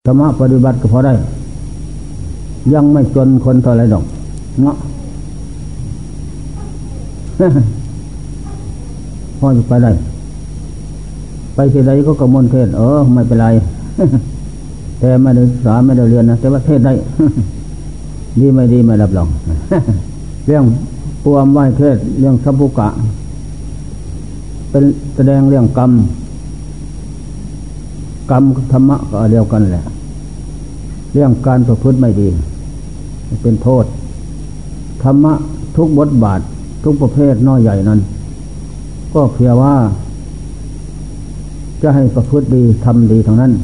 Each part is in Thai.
ธรรมะปฏิบัติก็พอได้ยังไม่จนคนเท่าไรดอกเนาะ พอจะไปได้ไปที่ใดก็กระมวลเทศไม่เป็นไร แต่ไม่ได้ศึกษาไม่ได้เรียนนะแต่ว่าเทศได้ ดีไม่ดีไม่รับรอง เรื่องปวมไหวเทศเรื่องสัพพุกะเป็นแสดงเรื่องกรรมธรรมะก็เดียวกันแหละเรื่องการประพฤติไม่ดีเป็นโทษธรรมะทุกบทบาททุกประเภทน้อยใหญ่นั้นก็เพียงว่าจะให้ประพฤติดีทำดีเท่านั้น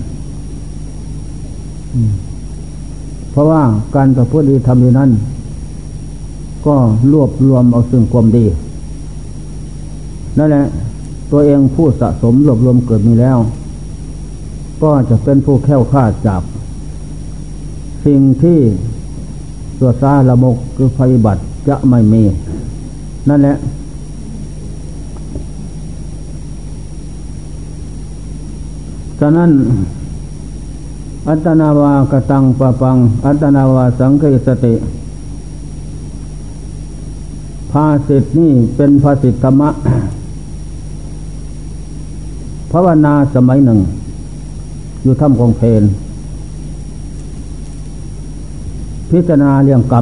เพราะว่าการประพฤติดีทำดีนั้นก็รวบรวมเอาซึ่งความดีนั่นแหละตัวเองผู้สะสมรวบรวมเกิดมีแล้วก็จะเป็นผู้แคล้วคลาดจากสิ่งที่ตัวซาละมกคือภัยพิบัติจะไม่มีนั่นแหละฉะนั้นอัตตนาวากตังปะปังอัตตนาวาสังคสติภาสิทธินี่เป็นภาสิทธิธรรมะ ภาวนาสมัยหนึ่งอยู่ถ้ำคงเพลพิจารณาเรื่องกรรม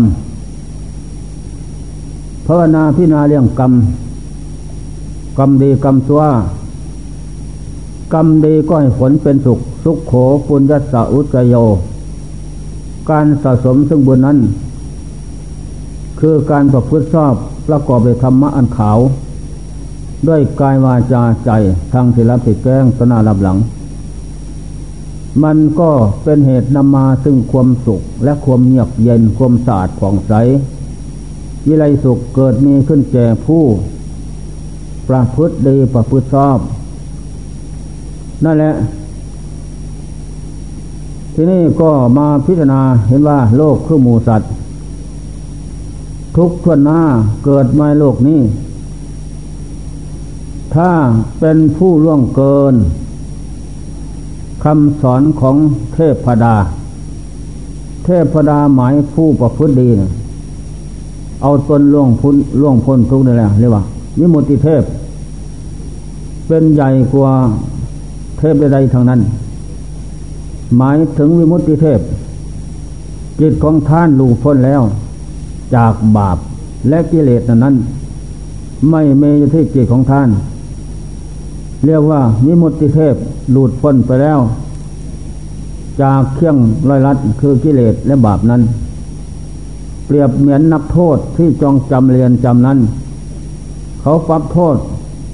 ภาวนาพิจารณาเรื่องกรรมดีกรรมชั่วกรรมดีก็ให้ผลเป็นสุขโขปุญญัสสะอุจจโยการสะสมซึ่งบุญนั้นคือการประพฤติชอบประกอบด้วยธรรมะอันขาวด้วยกายวาจาใจทางที่รับผิดแจ้งต่อหน้ารับหลังมันก็เป็นเหตุนำมาซึ่งความสุขและความเยือกเย็นความสะอาดผ่องใสวิไลสุขเกิดมีขึ้นแก่ผู้ประพฤติดีประพฤติชอบนั่นแหละทีนี้ก็มาพิจารณาเห็นว่าโลกคือหมู่สัตว์ทุกทั่วหน้าเกิดมาโลกนี้ถ้าเป็นผู้ล่วงเกินคำสอนของเทพดาหมายผู้ประพฤติดีนะเอาตนล่วงพ้นทุกข์นี่แหละเรียกว่าวิมุตติเทพเป็นใหญ่กว่าเทพใดๆทั้งนั้นหมายถึงวิมุตติเทพจิตของท่านหลุดพ้นแล้วจากบาปและกิเลสนั้นไม่มีอยู่ที่จิตของท่านเรียกว่าวิมุตติเทพหลุดพ้นไปแล้วจากเครื่องร้อยลัดคือกิเลสและบาปนั้นเปรียบเหมือนนักโทษที่จองจำเรียนจำนั้นเขาปรับโทษ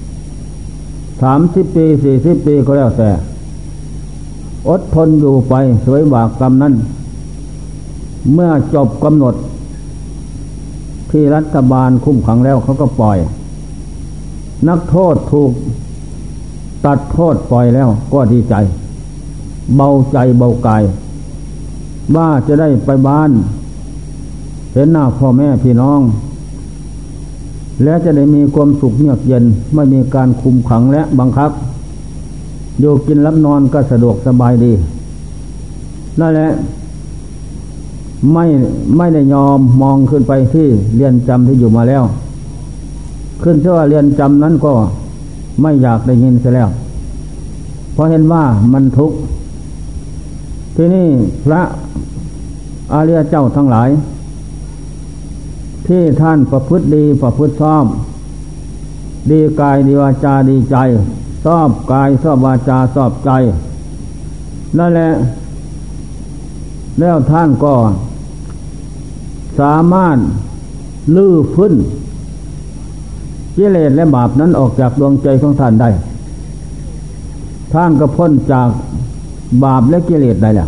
30 ปี40 ปีก็แล้วแต่อดทนอยู่ไปสวยบากกรรมนั้นเมื่อจบกำหนดที่รัฐบาลคุ้มขังแล้วเขาก็ปล่อยนักโทษถูกตัดโทษปล่อยแล้วก็ดีใจเบาใจเบากายว่าจะได้ไปบ้านเห็นหน้าพ่อแม่พี่น้องและจะได้มีความสุขเยือกเย็นไม่มีการคุมขังและบังคับอยู่กินรับนอนก็สะดวกสบายดีนั่นแหละไม่ได้ยอมมองขึ้นไปที่เรือนจำที่อยู่มาแล้วขึ้นเชื่อว่าเรือนจำนั้นก็ไม่อยากได้ยินเสียแล้วเพราะเห็นว่ามันทุกข์ที่นี่พระอริยเจ้าทั้งหลายที่ท่านประพฤติดีประพฤติชอบดีกายดีวาจาดีใจชอบกายชอบวาจาชอบใจนั่นแหละแล้วท่านก็สามารถลื้อฟื้นกิเลสและบาปนั้นออกจากดวงใจของท่านได้ท่านก็พ้นจากบาปและกิเลสได้แล้ว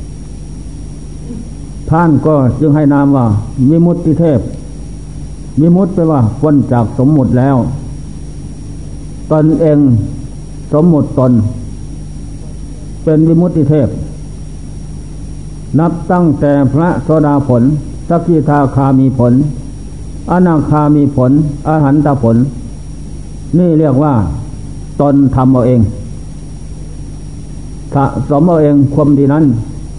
ท่านก็จึงให้นามว่าวิมุตติเทพวิมุตติแปลว่าพ้นจากสมมุติแล้วตนเองสมมุติตนเป็นวิมุตติเทพนับตั้งแต่พระโสดาผลสกิทาคามีผลอนาคามีผลอรหันตผลนี่เรียกว่าตนทำเอาเองสะสมเอาเองความดีนั้น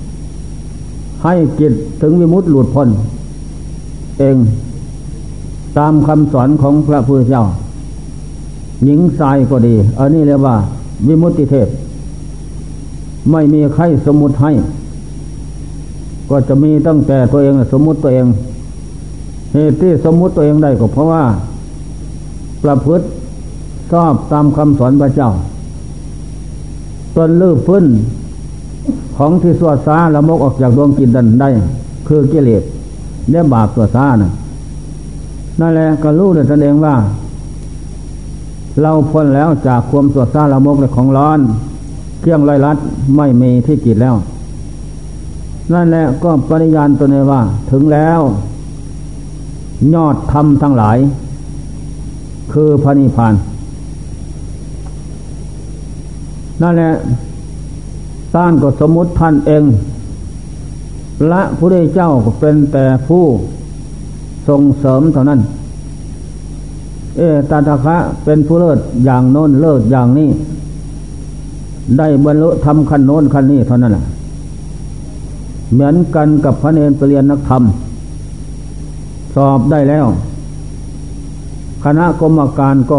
ให้จิตถึงวิมุตติหลุดพ้นเองตามคำสอนของพระพุทธเจ้าหญิงชายก็ดีอันนี้เรียกว่าวิมุตติเทพไม่มีใครสมมุติให้ก็จะมีตั้งแต่ตัวเองสมมุติตัวเองเหตุที่สมมุติตัวเองได้ก็เพราะว่าประพฤติชอบตามคำสอนพระเจ้าตนลื้อฟื้นของที่สั่วซ่าละมกออกจากดวงจิตนั้นได้คือกิเลสและบาปสั่วซ่านั่นแหละก็รู้ด้วยตนเองว่าเราพ้นแล้วจากความสั่วซ่าละมกและของร้อนเครื่องไล่ลัดไม่มีที่จิตแล้วนั่นแหละก็ปริญาณตนเองว่าถึงแล้วยอดธรรมทั้งหลายคือพระนิพพานนั่นแหละท่านก็สมมุติท่านเองละพระพุทธเจ้าก็เป็นแต่ผู้ส่งเสริมเท่านั้นตถาคตเป็นผู้เลิศอย่างโน้นเลิศอย่างนี้ได้บรรลุธรรมขั้นโน้นขั้นนี้เท่านั้นแหละเหมือนกันกับพระเนรไปเรียนนักธรรมสอบได้แล้วคณะกรรมการก็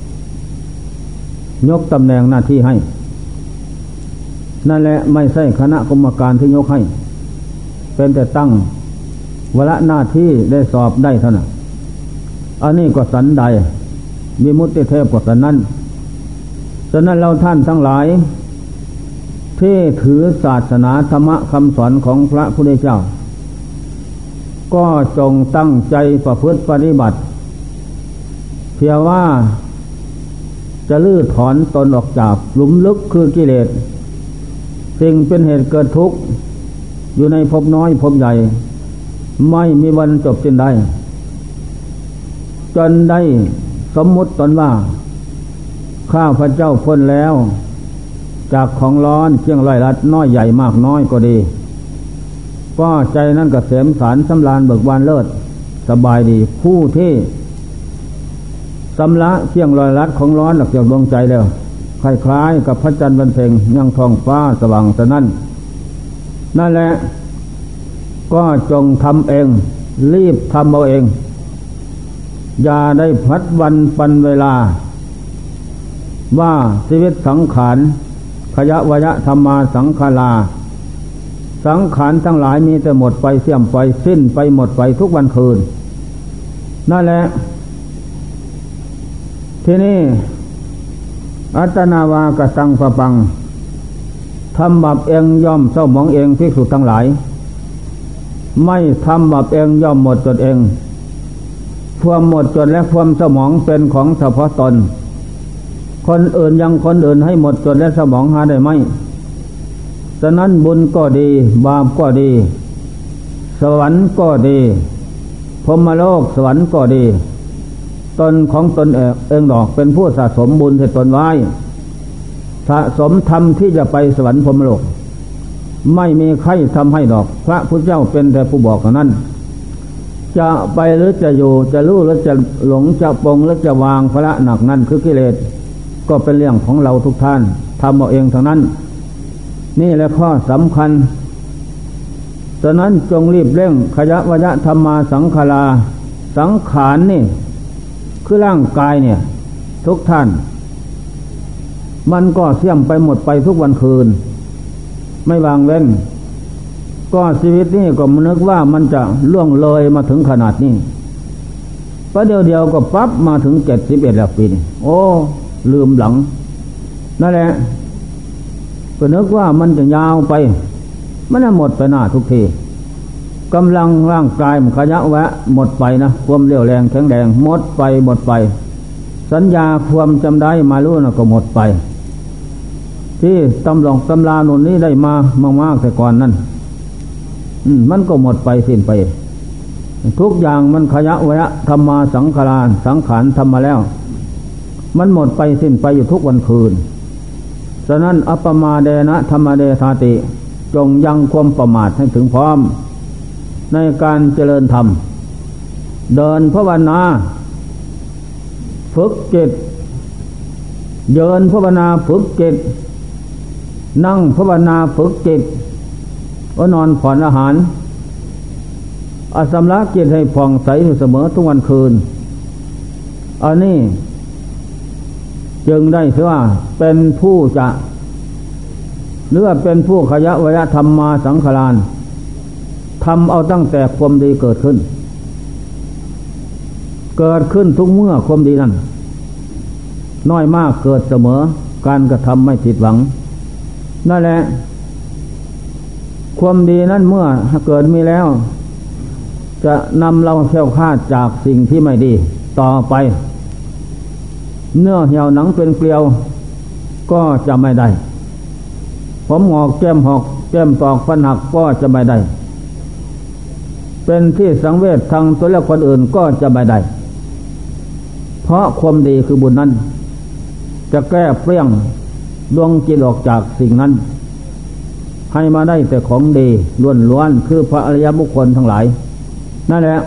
ยกตำแหน่งหน้าที่ให้นั่นแหละไม่ใช่คณะกรรมการที่ยกให้เป็นแต่ตั้งวาระหน้าที่ได้สอบได้เท่านั้นอันนี้ก็สันใดวิมุตติเทพก็สันนั้นฉะนั้นเราท่านทั้งหลายที่ถือศาสนาธรรมะคำสอนของพระพุทธเจ้าก็จงตั้งใจประพฤติปฏิบัติเพียงว่าจะลื้อถอนตนออกจากหลุมลึกคือกิเลสสิ่งเป็นเหตุเกิดทุกข์อยู่ในภพน้อยภพใหญ่ไม่มีวันจบสิ้นได้จนได้สมมุติตนว่าข้าพเจ้าพ้นแล้วจากของร้อนเครื่องไล่ลัดน้อยใหญ่มากน้อยก็ดีก็ใจนั้นก็เสมสารสำราญเบิกบานเลิศสบายดีผู้ที่สำละเครื่องไล่ลัดของร้อนหลักจากดวงใจแล้วคล้ายๆกับพระจันทร์บรรเพ็งยังท้องฟ้าสว่างฉะนั้นนั่นแหละก็จงทำเองรีบทำเอาเองอย่าได้พัดวันปันเวลาว่าชีวิตสังขารขยะวยะธรรมาสังขาราสังขารทั้งหลายมีแต่หมดไปเสื่อมไปสิ้นไปหมดไปทุกวันคืนนั่นแหละที่นี่อัตนาวากตังปะปังทำบาปเองย่อมเศร้าหมองเองภิกษุทั้งหลายไม่ทำบาปเองย่อมหมดจดเองความหมดจดและความเศร้าหมองเป็นของเฉพาะตนคนอื่นยังคนอื่นให้หมดจดและเศร้าหมองหาได้ไหมฉะนั้นบุญก็ดีบาปก็ดีสวรรค์ก็ดีพรหมโลกสวรรค์ก็ดีตนของตนเองดอกเป็นผู้สะสมบุญให้ตนไว้สะสมธรรมที่จะไปสวรรค์พรหมโลกไม่มีใครทำให้ดอกพระพุทธเจ้าเป็นแต่ผู้บอกเท่านั้นจะไปหรือจะอยู่จะรู้หรือจะหลงจะปรงหรือจะวางภาระหนักนั้นคือกิเลสก็เป็นเรื่องของเราทุกท่านทำเอาเองเท่านั้นนี่แหละข้อสำคัญฉะนั้นจงรีบเร่งขยะวยะธรรมาสังขาราสังขารนี่คือร่างกายเนี่ยทุกท่านมันก็เสี่ยมไปหมดไปทุกวันคืนไม่วางเว้นก็ชีวิตนี่ก็นึกว่ามันจะล่วงเลยมาถึงขนาดนี้ประเดี๋ยวก็ปั๊บมาถึง71แล้วปีนี้โอ้ลืมหลังนั่นแหละก็นึกว่ามันจะยาวไปมันหมดไปหน้าทุกทีกำลังร่างกายมันขยะแวะหมดไปนะความเรี่ยวแรงแข็งแรงหมดไปสัญญาความจำได้มารู้นะก็หมดไปที่ตำราโน่นนี้ได้มามากๆแต่ก่อนนั่นมันก็หมดไปสิ้นไปทุกอย่างมันขยะแวะธรรมาสังขารสังขารทำมาแล้วมันหมดไปสิ้นไปอยู่ทุกวันคืนฉะนั้นอัปปมาเดนะธรรมเดธาติจงยังความประมาทให้ถึงพร้อมในการเจริญธรรมเดินภาวนาฝึกจิตเดินภาวนาฝึกจิตนั่งภาวนาฝึกจิตว่านอนผ่อนอาหารสำลักจิตให้ผ่องใสอยู่เสมอทุกวันคืนอันนี้จึงได้ชื่อว่าเป็นผู้จะหรือว่าเป็นผู้ขยะวยธรรมมาสังขารทำเอาตั้งแต่ความดีเกิดขึ้นทุกเมื่อความดีนั้นน้อยมากเกิดเสมอการกระทำไม่ผิดหวังนั่นแหละความดีนั้นเมื่อเกิดมีแล้วจะนำเราแคล้วคลาดจากสิ่งที่ไม่ดีต่อไปเนื้อเหี่ยวหนังเป็นเกลียวก็จะไม่ได้ผมงอกแก้มหอกแก้มตอกฟันหักก็จะไม่ได้เป็นที่สังเวชทางตัวและคนอื่นก็จะไม่ได้เพราะความดีคือบุญนั้นจะแก้เปรี้ยงดวงจิตออกจากสิ่งนั้นให้มาได้แต่ของดีล้วนๆคือพระอริยบุคคลทั้งหลายนั่นแหละ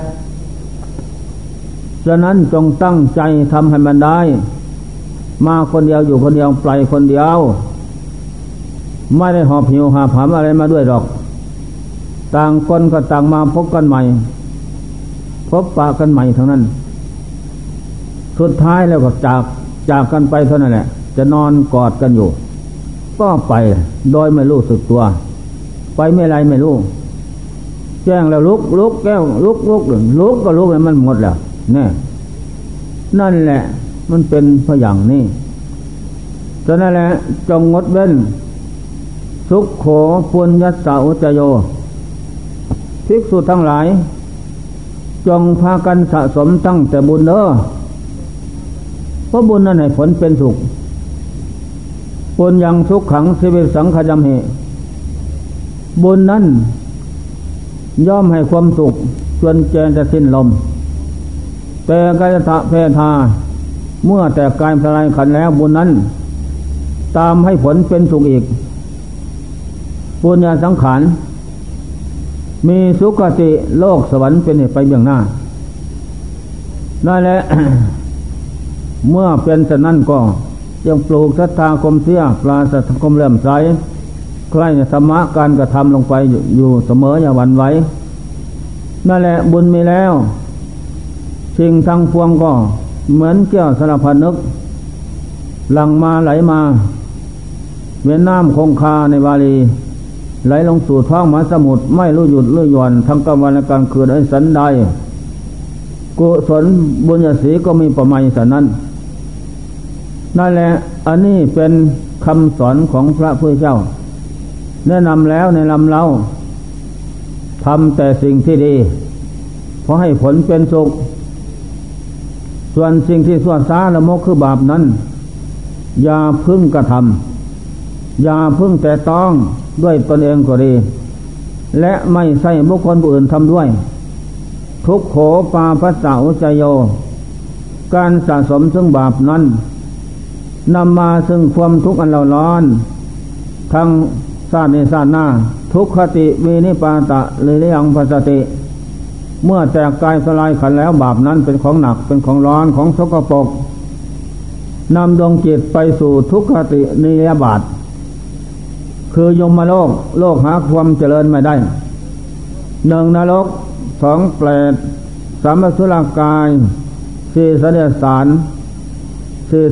ฉะนั้นจงตั้งใจทำให้มันได้มาคนเดียวอยู่คนเดียวไปคนเดียวไม่ได้หอบหิวหาผามอะไรมาด้วยหรอกต่างคนก็ต่างมาพบกันใหม่พบปะกันใหม่ทั้งนั้นสุดท้ายแล้วก็จากกันไปเท่านั้นแหละจะนอนกอดกันอยู่ก็ไปโดยไม่รู้สึกตัวไปไม่ไรไม่รู้แจ้งแล้วลุกแก้วลุกก็ลุกแล้วมันหมดแล้วเนี่ยนั่นแหละมันเป็นพระอย่างนี้ฉะนั้นแหละจงงดเว้นสุขโขปุญญัสสะอุจโยภิกษุทั้งหลายจงพากันสะสมตั้งแต่บุญเด้อเพราะบุญนั้นให้ผลเป็นสุขบุญยังสุขขังชีวิตสังขยมเหบุญนั้นย่อมให้ความสุขจนแกนจะสิ้นลมแต่กายตะเพทาเมื่อแต่กายพลายขันแล้วบุญนั้นตามให้ผลเป็นสุขอีกปุญญาสังขารมีสุคติโลกสวรรค์เป็นไปเบื้องหน้านั่นแหละ เมื่อเป็นฉะนั้นก็ยังปลูกศรัทธาคมเสียปราศจากคมเลื่อมใสใคร่ธรรมะการกระทำลงไปอยู่เสมออย่าหวั่นไหวนั่นแหละบุญมีแล้วสิ่งทั้งพวงก็เหมือนแก้วสารพัดนึกหลั่งมาไหลมาเหมือนน้ำคงคาในบาลีไหลลงสู่ท้องมหาสมุทรไม่รู้หยุดรู้หย่อนทั้งกลางวันและกลางคืนไอ้สันใดกุศลบุญญาสีก็มีประมาณสันนั้นนั่นแหละอันนี้เป็นคำสอนของพระพุทธเจ้าแนะนำแล้วแนะนำเราทำแต่สิ่งที่ดีเพราะให้ผลเป็นสุขส่วนสิ่งที่ชั่วช้าละมกคือบาปนั้นอย่าพึ่งกระทำอย่าพึ่งแต่ต้องด้วยตนเองก็ดีและไม่ใช่บุคคลผู้อื่นทำด้วยทุกโขปาปัสสะอุจโยการสะสมซึ่งบาปนั้นนำมาซึ่งความทุกข์อันเราร้อนทั้งชาตินี้ชาติหน้าทุกขติวินิปาตะหรือยังปัสสติเมื่อแตกกายสลายขันแล้วบาปนั้นเป็นของหนักเป็นของร้อนของสกปรกนำดวงจิตไปสู่ทุกขตินิยบาตคือยมโลกหาความเจริญไม่ได้หนึ่งนรกสองเปรตสามอสุรกายสี่สัตว์สารสี่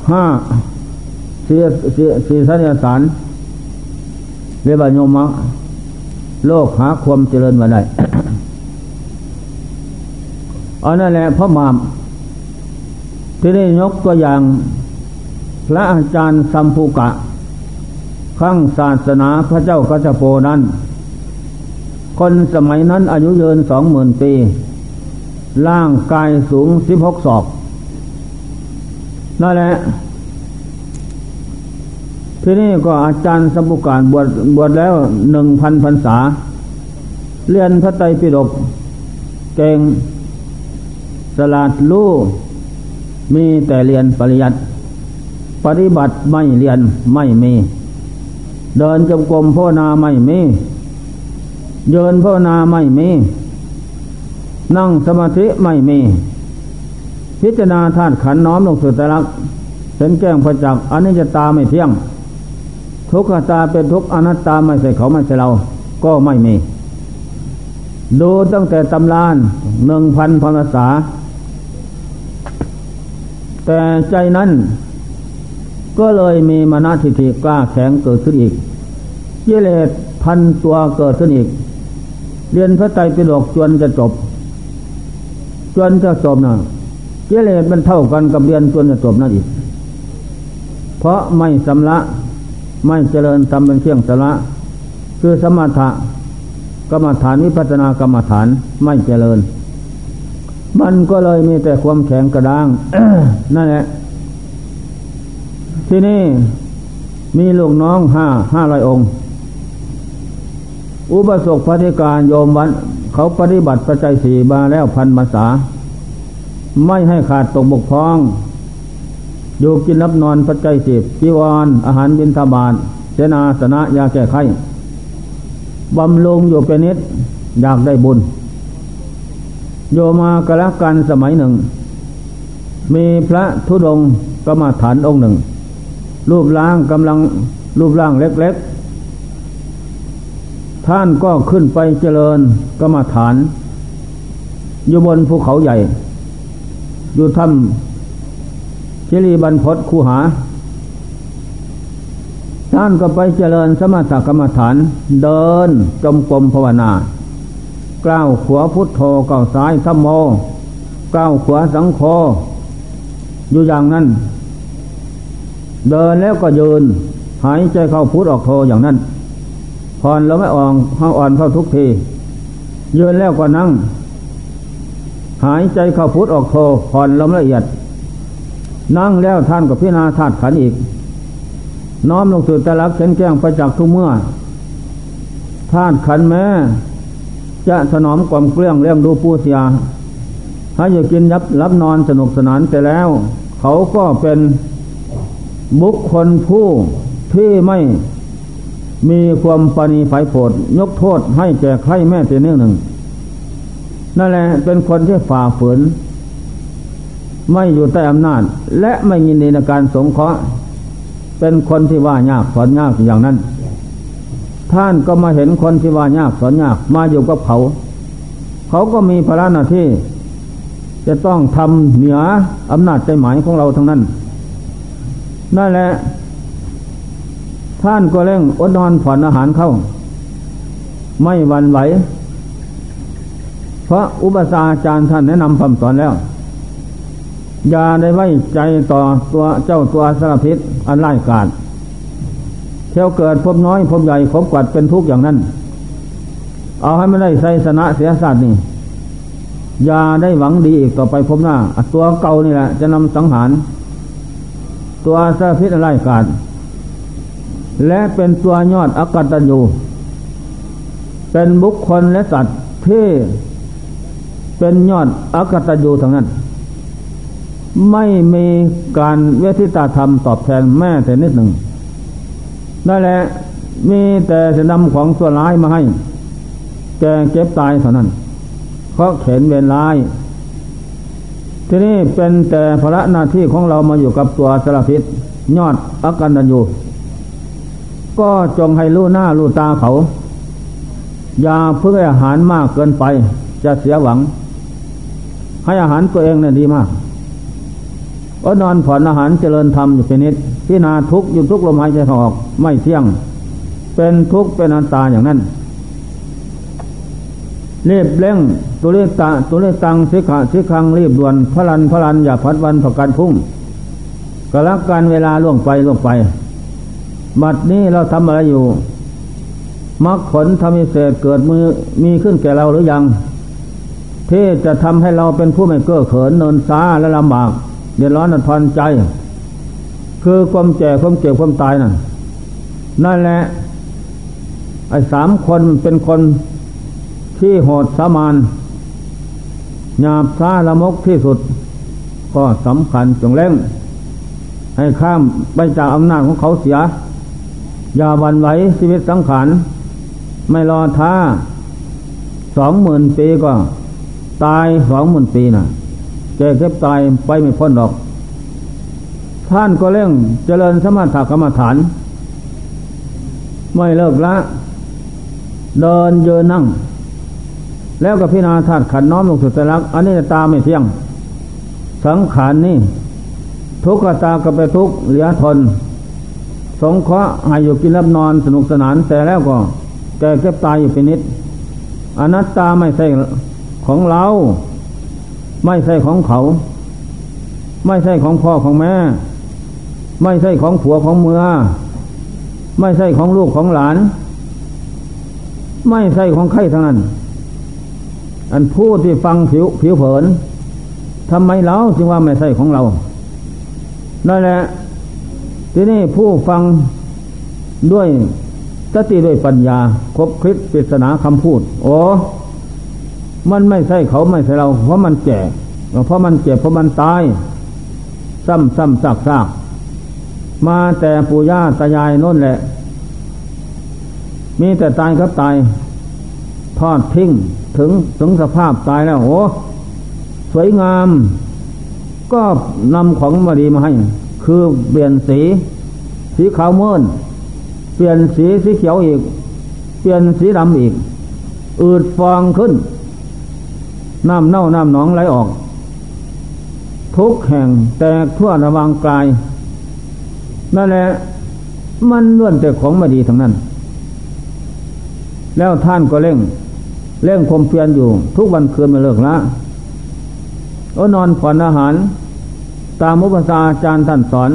สัตว์สารเรียกว่ายมโลกหาความเจริญไม่ได้ อันนั่นแหละพระมามที่ได้ยกตัวอย่างพระอาจารย์สัมภูกะข้างศาสนาพระเจ้ากัสสโปนั้นคนสมัยนั้นอายุยืน 20,000 ปีร่างกายสูง16 ศอกนั่นแหละที่นี่ก็อาจารย์สัมภูกะบวชแล้ว 1,000 พรรษาเรียนพระไตรปิฎกเก่งฉลาดรู้มีแต่เรียนปริยัติปฏิบัติไม่เรียนไม่มีเดินจงกรมภาวนาไม่มีเดินภาวนาไม่มีนั่งสมาธิไม่มีพิจารณาธาตุขันธ์น้อมลงสู่ไตรลักษณ์เห็นแจ้งประจักษ์อนิจจตาไม่เที่ยงทุกขตาเป็นทุกข์อนัตตาไม่ใช่เขาไม่ใช่เราก็ไม่มีดูตั้งแต่ตำราน1,000 พรรษาแต่ใจนั้นก็เลยมีมานะทิฏฐิกล้าแข็งเกิดขึ้นอีกกิเลสพันตัวเกิดขึ้นอีกเรียนพระไตรปิฎกจนจะจบนะกิเลสมันเท่ากันกับเรียนจนจะจบนั่นอีกเพราะไม่สำละไม่เจริญทำเป็นเครื่องสละคือสมถะกรรมฐานวิปัสสนากรรมฐานไม่เจริญมันก็เลยมีแต่ความแข็งกระด้าง นั่นแหละที่นี่มีลูกน้อง500 องค์อุปสมบทปฏิการโยมวัดเขาปฏิบัติปัจจัย4มาแล้ว1,000 พรรษาไม่ให้ขาดตกบกพร่องอยู่กินรับนอนปัจจัย10จีวรอาหารบิณฑบาตเสนาสนะยาแก้ไขบำรุงอยู่เป็นนิดอยากได้บุญโยมากละกันสมัยหนึ่งมีพระธุดงค์กรรมฐานองค์หนึ่งรูปร่างเล็กๆท่านก็ขึ้นไปเจริญกรรมฐานอยู่บนภูเขาใหญ่อยู่ถ้ำชิลีบรรพตคูหาท่านก็ไปเจริญสมถกรรมฐานเดินจมกรมภาวนาก้าวขวาพุทโธก้าวซ้ายธัมโมก้าวขวาสังโฆอยู่อย่างนั้นเดินแล้วก็ยืนหายใจเข้าพุทออกโธอย่างนั้นผ่อนแล้วไม่อ่อนเข้าทุกทียืนแล้วก็นั่งหายใจเข้าพุทออกโธผ่อนลมละเอียดนั่งแล้วท่านก็พิจารณาธาตุขันธ์อีกน้อมลงสู่แต่ละเข็นแก้งไปจากทุกเมื่อธาตุขันธ์แม้จะถนอมกล่อมเกลี้ยงเลี้ยงดูปูเสียให้อยู่กินรับนอนสนุกสนานแต่แล้วเขาก็เป็นบุคคลผู้ที่ไม่มีความปณีไฟโผดยกโทษให้แก่ใครแม้แต่นิดหนึ่งนั่นแหละเป็นคนที่ฝ่าฝืนไม่อยู่ใต้อำนาจและไม่ยินดีในการสงเคราะห์เป็นคนที่ว่ายากสอนยากอย่างนั้นท่านก็มาเห็นคนที่ว่ายากสอนยากมาอยู่กับเขาก็มีภาระหน้าที่จะต้องทำเหนืออำนาจใจหมายของเราทั้งนั้นนั่นแหละท่านก็เร่งอดนอนผ่อนอาหารเข้าไม่หวั่นไหวเพราะอุปชฌาย์อาจารย์ท่านแนะนำคำสอนแล้วอย่าได้ไว้ใจต่อตัวสารพิษอันร้ายกาจเที่ยวเกิดพบน้อยพบใหญ่ขบกัดเป็นทุกข์อย่างนั้นเอาให้ไม่ได้ไสสนะเสียศาสตร์นี่อย่าได้หวังดีอีกต่อไปพบหน้าตัวเก่านี่แหละจะนำสังหารตัวสารพิษอันร้ายกาจและเป็นตัวยอดอกตัญญูเป็นบุคคลและสัตว์ที่เป็นยอดอกตัญญูทั้งนั้นไม่มีการเวทิตาธรรมตอบแทนแม้แต่นิดหนึ่งนั่นแหละมีแต่จะนำของชั่วร้ายมาให้แก่เก็บตายเท่านั้นเพราะเข็นเวรร้ายทีนี้เป็นแต่ภาระหน้าที่ของเรามาอยู่กับตัวสารพิษยอดอกตัญญูก็จงให้รู้หน้ารู้ตาเขาอย่าเพื่ออาหารมากเกินไปจะเสียหวังให้อาหารตัวเองเนี่ยดีมากก็นอนผ่อนอาหารเจริญธรรมอยู่เป็นนิดพิจารณาทุกข์อยู่ทุกลมหายใจเข้าออกไม่เที่ยงเป็นทุกข์เป็นอนัตตาอย่างนั้นรีบเร่งตุลิตังสิขังรีบด่วนพลันอย่าพัดวันประกันพุ่งกลักการเวลาล่วงไปบัดนี้เราทำอะไรอยู่มรรคผลธรรมวิเศษเกิดมีขึ้นแก่เราหรือยังที่จะทำให้เราเป็นผู้ไม่เก้อเขินเนินช้าและลำบากเดือดร้อนทนใจคือความแก่ความเจ็บความตายนั่นแหละไอ้3 คนเป็นคนที่โหดสามานหยาบช้าละมกที่สุดก็สำคัญจงเร่งให้ข้ามไปจากอำนาจของเขาเสียอย่าหวั่นไหวชีวิตสังขารไม่รอท่า20,000 ปีก็ตาย20,000 ปีเจ็บตายไปไม่พ้นหรอกท่านก็เร่งเจริญสมถกรรมฐานไม่เลิกละเดินยืนนั่งแล้วก็พิจารณาธาตุขันธ์น้อมลงสู่ไตรลักษณ์อนิจจตาไม่เที่ยงสังขารนี่ทุกขตาก็ไปทุกข์เหลือทนสงเคราะห์ให้อยู่กินรับนอนสนุกสนานแต่แล้วก็แก่เก็บตายอยู่เป็นนิดอนัตตาไม่ใช่ของเราไม่ใช่ของเขาไม่ใช่ของพ่อของแม่ไม่ใช่ของผัวของเมียไม่ใช่ของลูกของหลานไม่ใช่ของใครทั้งนั้นอันผู้ที่ฟังผิวเผินทำไมเราจึงว่าไม่ใช่ของเรานั่นแหละทีนี้ผู้ฟังด้วยสติด้วยปัญญาคบคิดปริศนาคำพูดโอ้มันไม่ใช่เขาไม่ใช่เราเพราะมันแก่เพราะมันเจ็บเพราะมันตายซ้ำซากมาแต่ปู่ย่าตายายโน่นแหละมีแต่ตายครับตายทอดทิ้งถึงสภาพตายแล้วโอ้สวยงามก็นำของมาดีมาให้คือเปลี่ยนสีขาวเมินเปลี่ยนสีเขียวอีกเปลี่ยนสีดำอีกอืดฟองขึ้นน้ำเน่าน้ำหนองไหลออกทุกแห่งแตกทั่วระวางกายนั่นแหละมันล้วนแต่ของไม่ดีทั้งนั้นแล้วท่านก็เร่งความเพียรอยู่ทุกวันคืนไม่เลิกละนอนผ่อนอาหารตามอุปชฌาย์อาจารย์ท่านสอน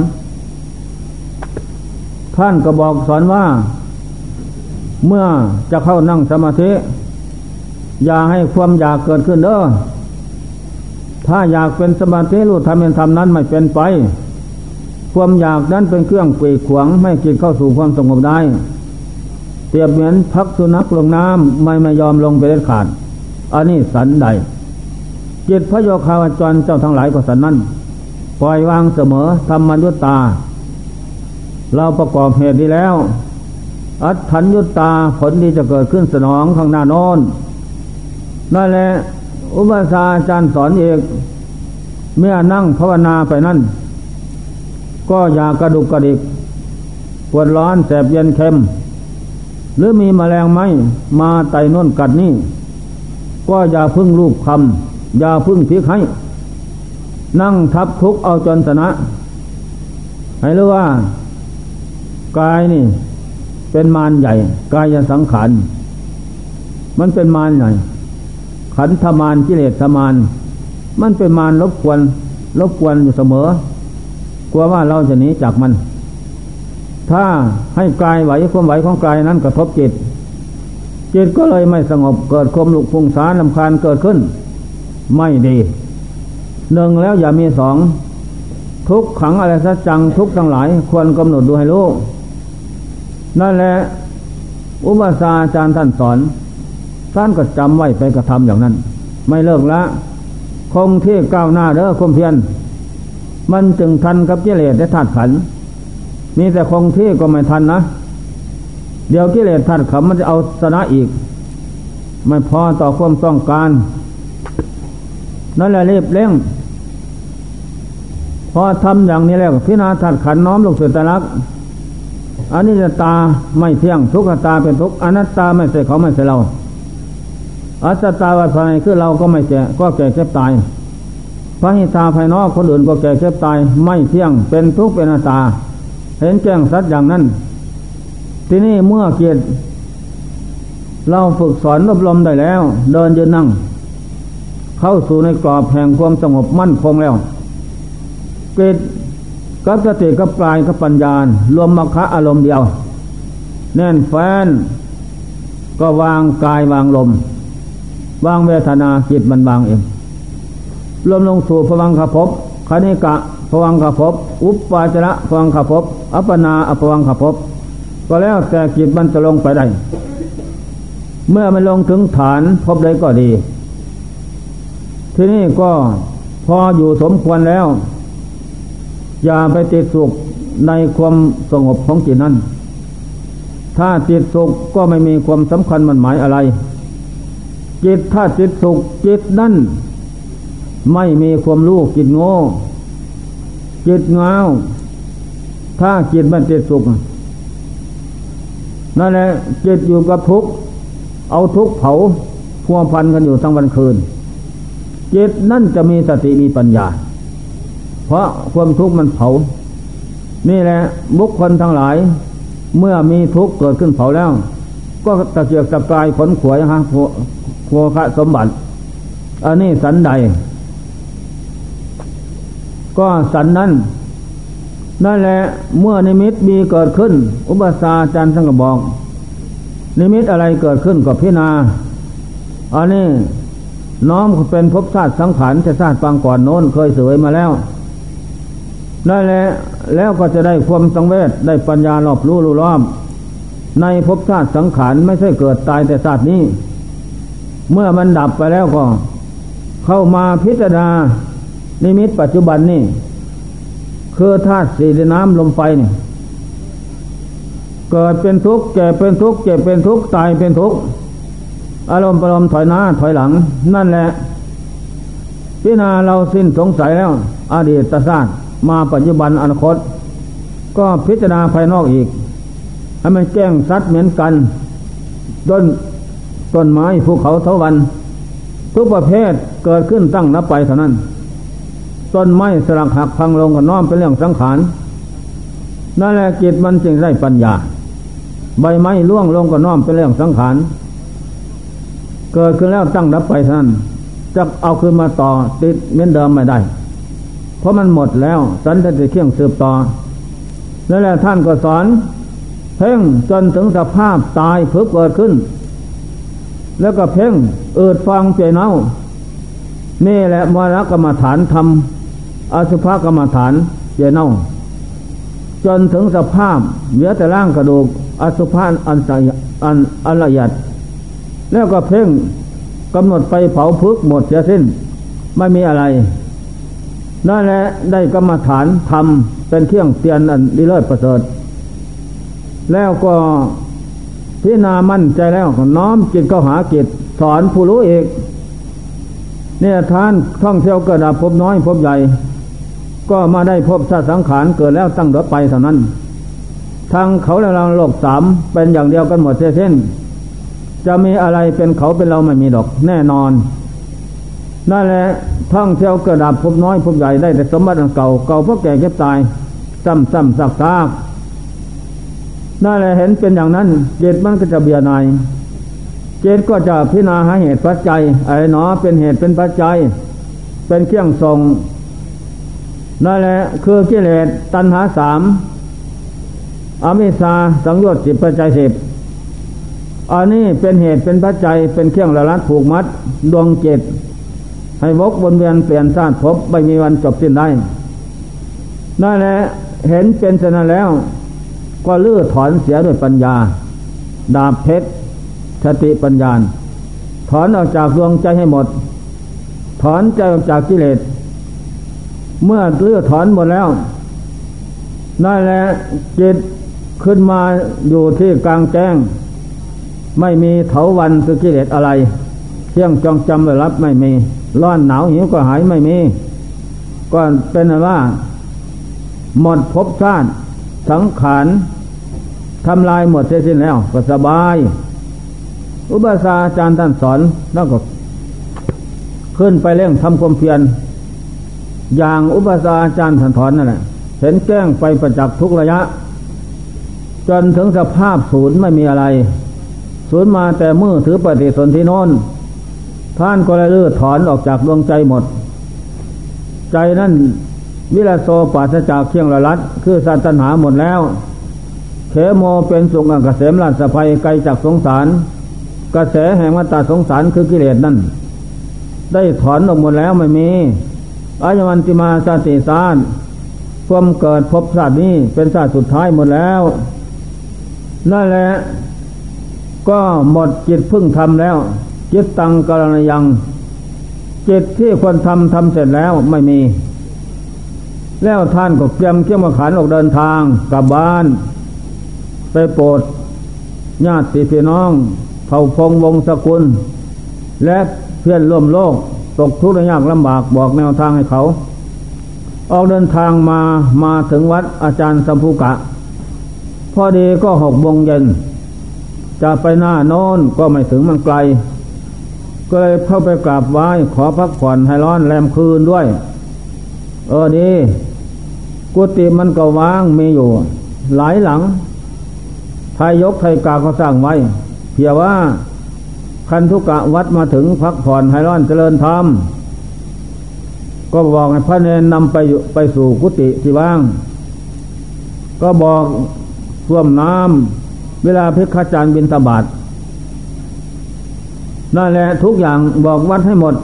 ท่านก็บอกสอนว่าเมื่อจะเข้านั่งสมาธิอย่าให้ความอยากเกิดขึ้นเด้อถ้าอยากเป็นสมาธิรู้ธรรมเป็นธรรมนั้นไม่เป็นไปความอยากนั้นเป็นเครื่องกีดขวางไม่จิตเข้าสู่ความสงบได้เปรียบเหมือนพักสุนัขลงน้ำไม่ยอมลงไปเด็ดขาดอันนี้สันใดจิตพระโยคาวจรเจ้าทั้งหลายก็สันนั้นปล่อยวางเสมอธรรมัญญุตาเราประกอบเหตุดีแล้วอัตถัญญุตาผลที่จะเกิดขึ้นสนองข้างหน้าโน้นนั่นแหละอุปชฌาย์อาจารย์สอนเอกเมื่อนั่งภาวนาไปนั่นก็อย่ากระดุกกระดิกปวดร้อนแสบเย็นเค็มหรือมีแมลงไหมมาไต่น้นกัดนี่ก็อย่าพึ่งรูปคำอย่าพึ่งพลิกให้นั่งทับทุกเอาจนชนะให้รู้ว่ากายนี่เป็นมารใหญ่กายสังขารมันเป็นมารใหญ่ขันธมารกิเลสมารมันเป็นมารรบกวนอยู่เสมอกลัวว่าเราจะหนีจากมันถ้าให้กายไหวความไหวของกายนั้นกระทบจิตก็เลยไม่สงบเกิดความหลุกฟุ้งซ่านรำคาญเกิดขึ้นไม่ดีหนึ่งแล้วอย่ามีสองทุกขังอะไรสัจจังทุกทั้งหลายควรกำหนดดูให้รู้นั่นแหละอุปชฌาย์อาจารย์ท่านสอนท่านก็จำไว้ไปกระทำอย่างนั้นไม่เลิกละคงที่ก้าวหน้าเด้อความเพียรมันจึงทันกับกิเลสและธาตุขันธ์มีแต่คงที่ก็ไม่ทันนะเดี๋ยวกิเลสธาตุขันธ์มันจะเอาชนะอีกไม่พอต่อความต้องการนั่นแหละรีบเร่งพอทำอย่างนี้แล้วพิจารณาธาตุขันธ์น้อมลงสู่ไตรลักษณ์อนิจจตาไม่เที่ยงทุกขตาเป็นทุกข์อนัตตาไม่ใช่เขาไม่ใช่เราอัตตาว่าภายในคือเราก็ไม่แก่ก็แก่เจ็บตายพระหิตาภายนอกคนอื่นก็แก่เจ็บตายไม่เที่ยงเป็นทุกข์เป็นอนัตตาเห็นแจ้งสัตย์อย่างนั้นทีนี้เมื่อเกียรติเราฝึกสอนอบรมได้แล้วเดินยืนนั่งเข้าสู่ในกรอบแห่งความสงบมั่นคงแล้วเกิดกับสติกับกายกับปัญญารวมมรรคอารมณ์เดียวแน่นแฟ้นก็วางกายวางลมวางเวทนาจิตมันวางเองรวมลงสู่ภวังคภพคณิกะภวังคภพอุปปาจระภวังคภพอัปปนาอภวังคภพก็แล้วแต่จิตมันจะลงไปได้เมื่อมันลงถึงฐานภพใดก็ดีที่นี่ก็พออยู่สมควรแล้วอย่าไปติดสุขในความสงบของจิตนั้นถ้าติดสุขก็ไม่มีความสำคัญมันหมายอะไรจิตถ้าติดสุขจิตนั้นไม่มีความรู้จิตโง่จิตเงาถ้าจิตมันติดสุขนั่นแหละจิตอยู่กับทุกข์เอาทุกข์เผาพัวพันกันอยู่ทั้งวันคืนจิตนั่นจะมีสติมีปัญญาเพราะความทุกข์มันเผานี่แหละบุคคลทั้งหลายเมื่อมีทุกข์เกิดขึ้นเผาแล้วก็ตะเกียกตะกายขนขวยหาโภคะสมบัติอันนี้สันใดก็สันนั้นนั่นแหละเมื่อนิมิตมีเกิดขึ้นอุปสาจารย์ท่านก็บอกนิมิตอะไรเกิดขึ้นก็พิจารณาอันนี้น้อมเป็นภพชาติสังขารแต่ชาติปางก่อนโน้นเคยเสวยมาแล้วนั่นแหละแล้วก็จะได้ความสังเวชได้ปัญญารอบรู้รอบในภพชาติสังขารไม่ใช่เกิดตายแต่ชาตินี้เมื่อมันดับไปแล้วก็เข้ามาพิจารณานิมิตปัจจุบันนี่คือธาตุสี่ดินน้ำลมไฟนี่เกิดเป็นทุกข์แก่เป็นทุกข์เจ็บเป็นทุกข์ตายเป็นทุกข์อารมณ์ประลมถอยหน้าถอยหลังนั่นแหละพิจารณาเราสิ้นสงสัยแล้วอดีตชาติมาปัจจุบันอนาคตก็พิจารณาภายนอกอีกให้มันแจ้งชัดเหมือนกันต้นไม้ภูเขาเถาวัลย์ทุกประเภทเกิดขึ้นตั้งนับไปเท่านั้นต้นไม้สลักหักพังลงก็น้อมเป็นเรื่องสังขารนั่นแหละจิตมันจึงได้ปัญญาใบไม้ร่วงลงก็น้อมเป็นเรื่องสังขารเกิดขึ้นแล้วตั้งนับไปเท่านั้นจะเอาคืนมาต่อติดเหมือนเดิมไม่ได้เพราะมันหมดแล้วสันติเที่ยงสืบต่อนั่นแหละท่านก็สอนเพ่งจนถึงสภาพตายเพิ่งเกิดขึ้นแล้วก็เพ่งฟังใจเน่านี่แหละมรณกรรมฐานทำอสุภกรรมฐานใจเน่าจนถึงสภาพเหลือแต่ร่างกระดูกอสุภะอันละเอียดแล้วก็เพ่งกำหนดไฟเผาพึกหมดเสียสิ้นไม่มีอะไรนั่นแหละได้กรรมฐานทำเป็นเครื่องเตือนอันดีเลิศประเสริฐแล้วก็พิจารณามั่นใจแล้วน้อมจิตเข้าหาจิตสอนผู้รู้เอกเนี่ยท่านท่องเที่ยวเกิดดับพบน้อยพบใหญ่ก็มาได้พบชาติสังขารเกิดแล้วตั้งเดือไปเท่านั้นทางเขาและเราโลกสามเป็นอย่างเดียวกันหมดเส้นจะมีอะไรเป็นเขาเป็นเราไม่มีดอกแน่นอนนั่นแหละท่องเที่ยวเกิดดับพบน้อยพบใหญ่ได้แต่สมบัติเก่าเพราะแก่เก็บตายซ้ำซากนั่นแหละเห็นเป็นอย่างนั้นจิตมันก็จะเบียดนายจิตก็จะพิจารณาหาเหตุปัจจัยอะไรหนอเป็นเหตุเป็นปัจจัยเป็นเครื่องส่งนั่นแหละคือกิเลสตัณหาสามอวิชชาสังโยชน์10ปัจจัย10อันนี้เป็นเหตุเป็นปัจจัยเป็นเครื่องละลัดผูกมัดดวงจิตให้วกวนเวียนเปลี่ยนชาติภพไม่มีวันจบสิ้นได้นั่นแหละเห็นเป็นเช่นนั้นแล้วก็ลื้อถอนเสียด้วยปัญญาดาบเพชรสติปัญญาถอนออกจากดวงใจให้หมดถอนใจออกจากกิเลสเมื่อลื้อถอนหมดแล้วนั่นแหละจิตขึ้นมาอยู่ที่กลางแจ้งไม่มีเถาวัลย์คือกิเลสอะไรเที่ยงจองจำไว้รับไม่มีร้อนหนาวหิวก็หายไม่มีก็เป็นว่าหมดภพชาติสังขารทำลายหมดเสียสิ้นแล้วก็สบายอุปสาอาจารย์ท่านสอนแล้วก็ขึ้นไปเร่งทำความเพียรอย่างอุปสาอาจารย์ท่านสอนนั่นแหละเห็นแจ้งไปประจักษ์ทุกระยะจนถึงสภาพศูนย์ไม่มีอะไรศูนย์มาแต่มือถือปฏิสนธิโน้นท่านก็เลยลื้อถอนออกจากดวงใจหมดใจนั้นวิลาโสปราศจากเครื่องละลัดคือสัตว์ตัณหาหมดแล้วเขโมเป็นสุขเกษมราชภัยไกลจากสงสารกระแสแห่งวัฏสงสารคือกิเลสนั่นได้ถอนออกหมดแล้วไม่มีอายวันติมาสาติสารความเกิดภพชาตินี้เป็นชาติสุดท้ายหมดแล้วนั่นแหละก็หมดจิตพึ่งทำแล้วจิตตังกรณยังจิตที่ควรทำเสร็จแล้วไม่มีแล้วท่านก็เตรียมเครื่องมาขันออกเดินทางกลับบ้านไปโปรดญาติพี่น้องเผ่าพงวงศกุลและเพื่อนร่วมโลกตกทุกข์ยากลำบากบอกแนวทางให้เขาออกเดินทางมาถึงวัดอาจารย์สัมภูกะพอดีก็6 โมงเย็นจะไปหน้าโน้นก็ไม่ถึงมันไกลก็เลยเข้าไปกราบไหว้ขอพักผ่อนให้ร้อนแรมคืนด้วยดีกุฏิมันก็ว่างมีอยู่หลายหลังไทยยกไทยกาเขาสร้างไว้เพียงว่าคันธุกะวัดมาถึงพักผ่อนให้ร้อนเจริญธรรมก็บอกให้พระเนรนำไปสู่กุฏิที่ว่างก็บอกท่วมน้ำเวลาภิกขุจารย์บิณฑบาตนั่นแหละทุกอย่างบอกวัดให้หมด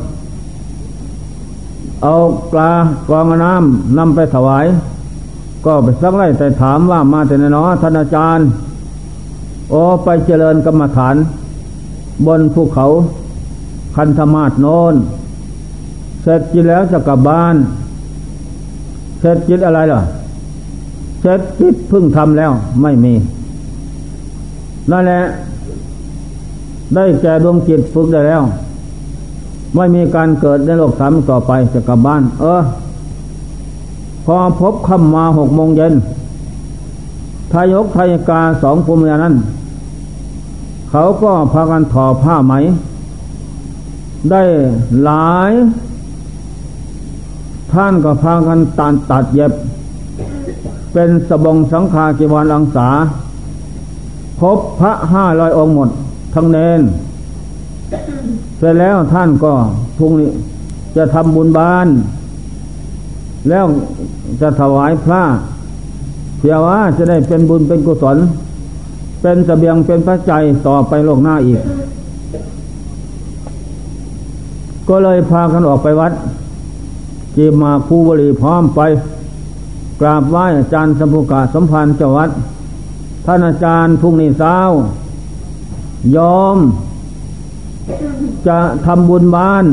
เอาปลากองน้ำนำไปถวายก็ไปสักไล่แต่ถามว่ามาแต่ไหนเนาะท่านอาจารย์ไปเจริญกรรมฐานบนภูเขาคันธมาศโน้นเสร็จกินแล้วจะกลับบ้านเสร็จกินอะไรล่ะเสร็จกินเพิ่งทำแล้วไม่มีนั่นแหละได้แก่ดวงจิตฝึกได้แล้วไม่มีการเกิดในโลกสามต่อไปจะกลับบ้านพอพบค่ำมา6 โมงเย็นทายกทายกา2 ภูมินั้นเขาก็พากันถอผ้าไหมได้หลายท่านก็พากันตัดเย็บเป็นสบงสังฆาจีวรอังสาครบพระ500 องค์หมดทั้งเนนเสร็จแล้วท่านก็พรุ่งนี้จะทำบุญบ้านแล้วจะถวายพระเพื่อว่าจะได้เป็นบุญเป็นกุศลเป็นเสบียงเป็นปัจจัยต่อไปโลกหน้าอีกก็เลยพากันออกไปวัดจีมาคูบุรีพร้อมไปกราบไหว้อาจารย์สัมภุกะสัมพันธ์เจ้าวัดท่านอาจารย์พรุ่งนี้เช้ายอมจะทำบุญบ้าน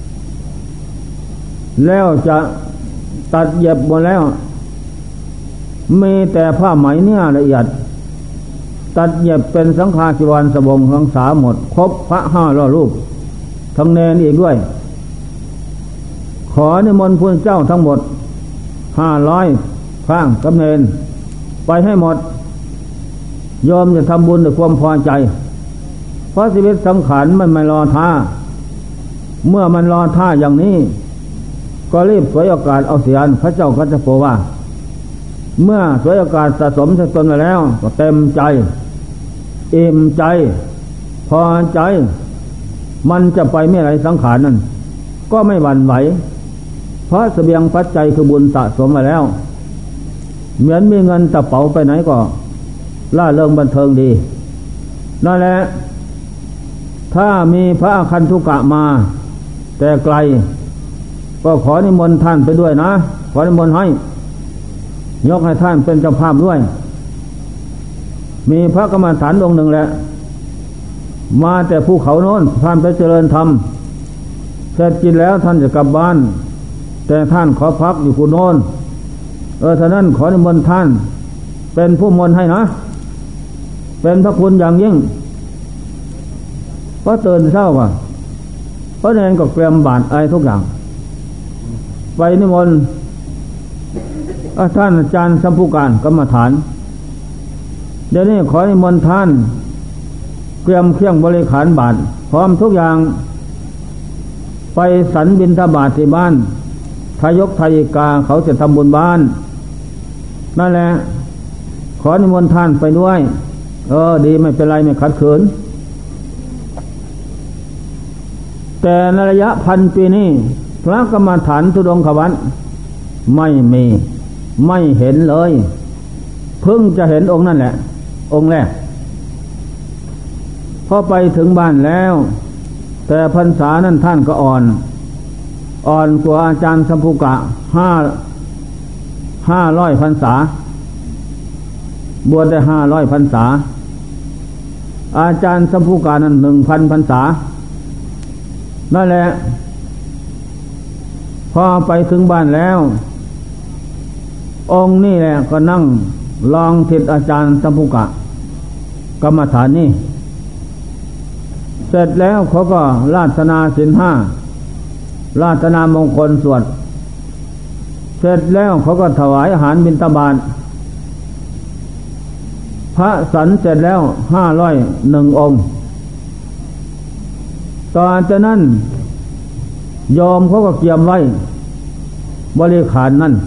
แล้วจะตัดเย็บหมดแล้วมีแต่ผ้าไหมเนี่ยละเอียดตัดเย็บเป็นสังฆาจีวรสบงทั้งสามหมดครบพระ500 รูปทั้งเนรอีกด้วยขอนิมนต์พระเจ้าทั้งหมด500 ข้างกับเนรไปให้หมดยอมจะทำบุญด้วยความพอใจเพราะชีวิตสังขารมันไม่รอท่าเมื่อมันรอท่าอย่างนี้ก็รีบสวยโอกาสเอาเสียนพระเจ้ากัจจโปว่าเมื่อสวยโอกาสสะสมสะสมไปแล้วก็เต็มใจอิ่มใจพอใจมันจะไปเมื่อไรสังขารนั้นก็ไม่หวั่นไหวเพราะเสบียงปัจจัยคือบุญสะสมมาแล้วเหมือนมีเงินตะเป๋าไปไหนก็ล่าเริงบันเทิงดีนั่นแหละถ้ามีพระอคันธุกะมาแต่ไกลก็ขอนิมนต์ท่านไปด้วยนะขอนิมนต์ให้ยกให้ท่านเป็นเจ้าภาพด้วยมีพระกรรมฐานองค์หนึ่งแหละมาแต่ภูเขาโน้นท่านไปเจริญธรรมเสร็จกินแล้วท่านจะกลับบ้านแต่ท่านขอพักอยู่ภูโน้นฉะนั้นขอนิมนต์ท่านเป็นผู้มนต์ให้นะเป็นพระคุณอย่างยิ่งเพราะตื่นเช้าว่ะเพราะเนรก็เตรียมบาตรอะไรทุกอย่างไปนิมนต์ท่านอาจารย์สัมภุการกรรมฐานเดี๋ยวนี้ขอนิมนต์ท่านเตรียมเครื่องบริขารบาตรพร้อมทุกอย่างไปสันบิณฑบาตที่บ้านทายกทายิกาเขาจะทำบุญบ้านนั่นแหละขอนิมนต์ท่านไปด้วยดีไม่เป็นไรไม่ขัดขืนแต่ในระยะ1,000 ปีนี้พระกรรมฐานธุดงควัตไม่มีไม่เห็นเลยเพิ่งจะเห็นองค์นั่นแหละองค์แรกพอไปถึงบ้านแล้วแต่พรรษานั้นท่านก็อ่อนกว่าอาจารย์สัมภุกะ500 พรรษาบวชได้500 พรรษาอาจารย์สัมภุกะนั้น 1,000 พรรษานั่นแหละพอไปถึงบ้านแล้วองค์นี่แหละก็นั่งลองทิศอาจารย์สัมภุกะกรรมฐานนี่เสร็จแล้วเขาก็ราธนาศีล 5ราธนามงคลสวดเสร็จแล้วเขาก็ถวายอาหารบิณฑบาตพระสันเสร็จแล้ว501 องค์ตอนจากนั้นโยมเขาก็เกียมไว้บริขารนั่น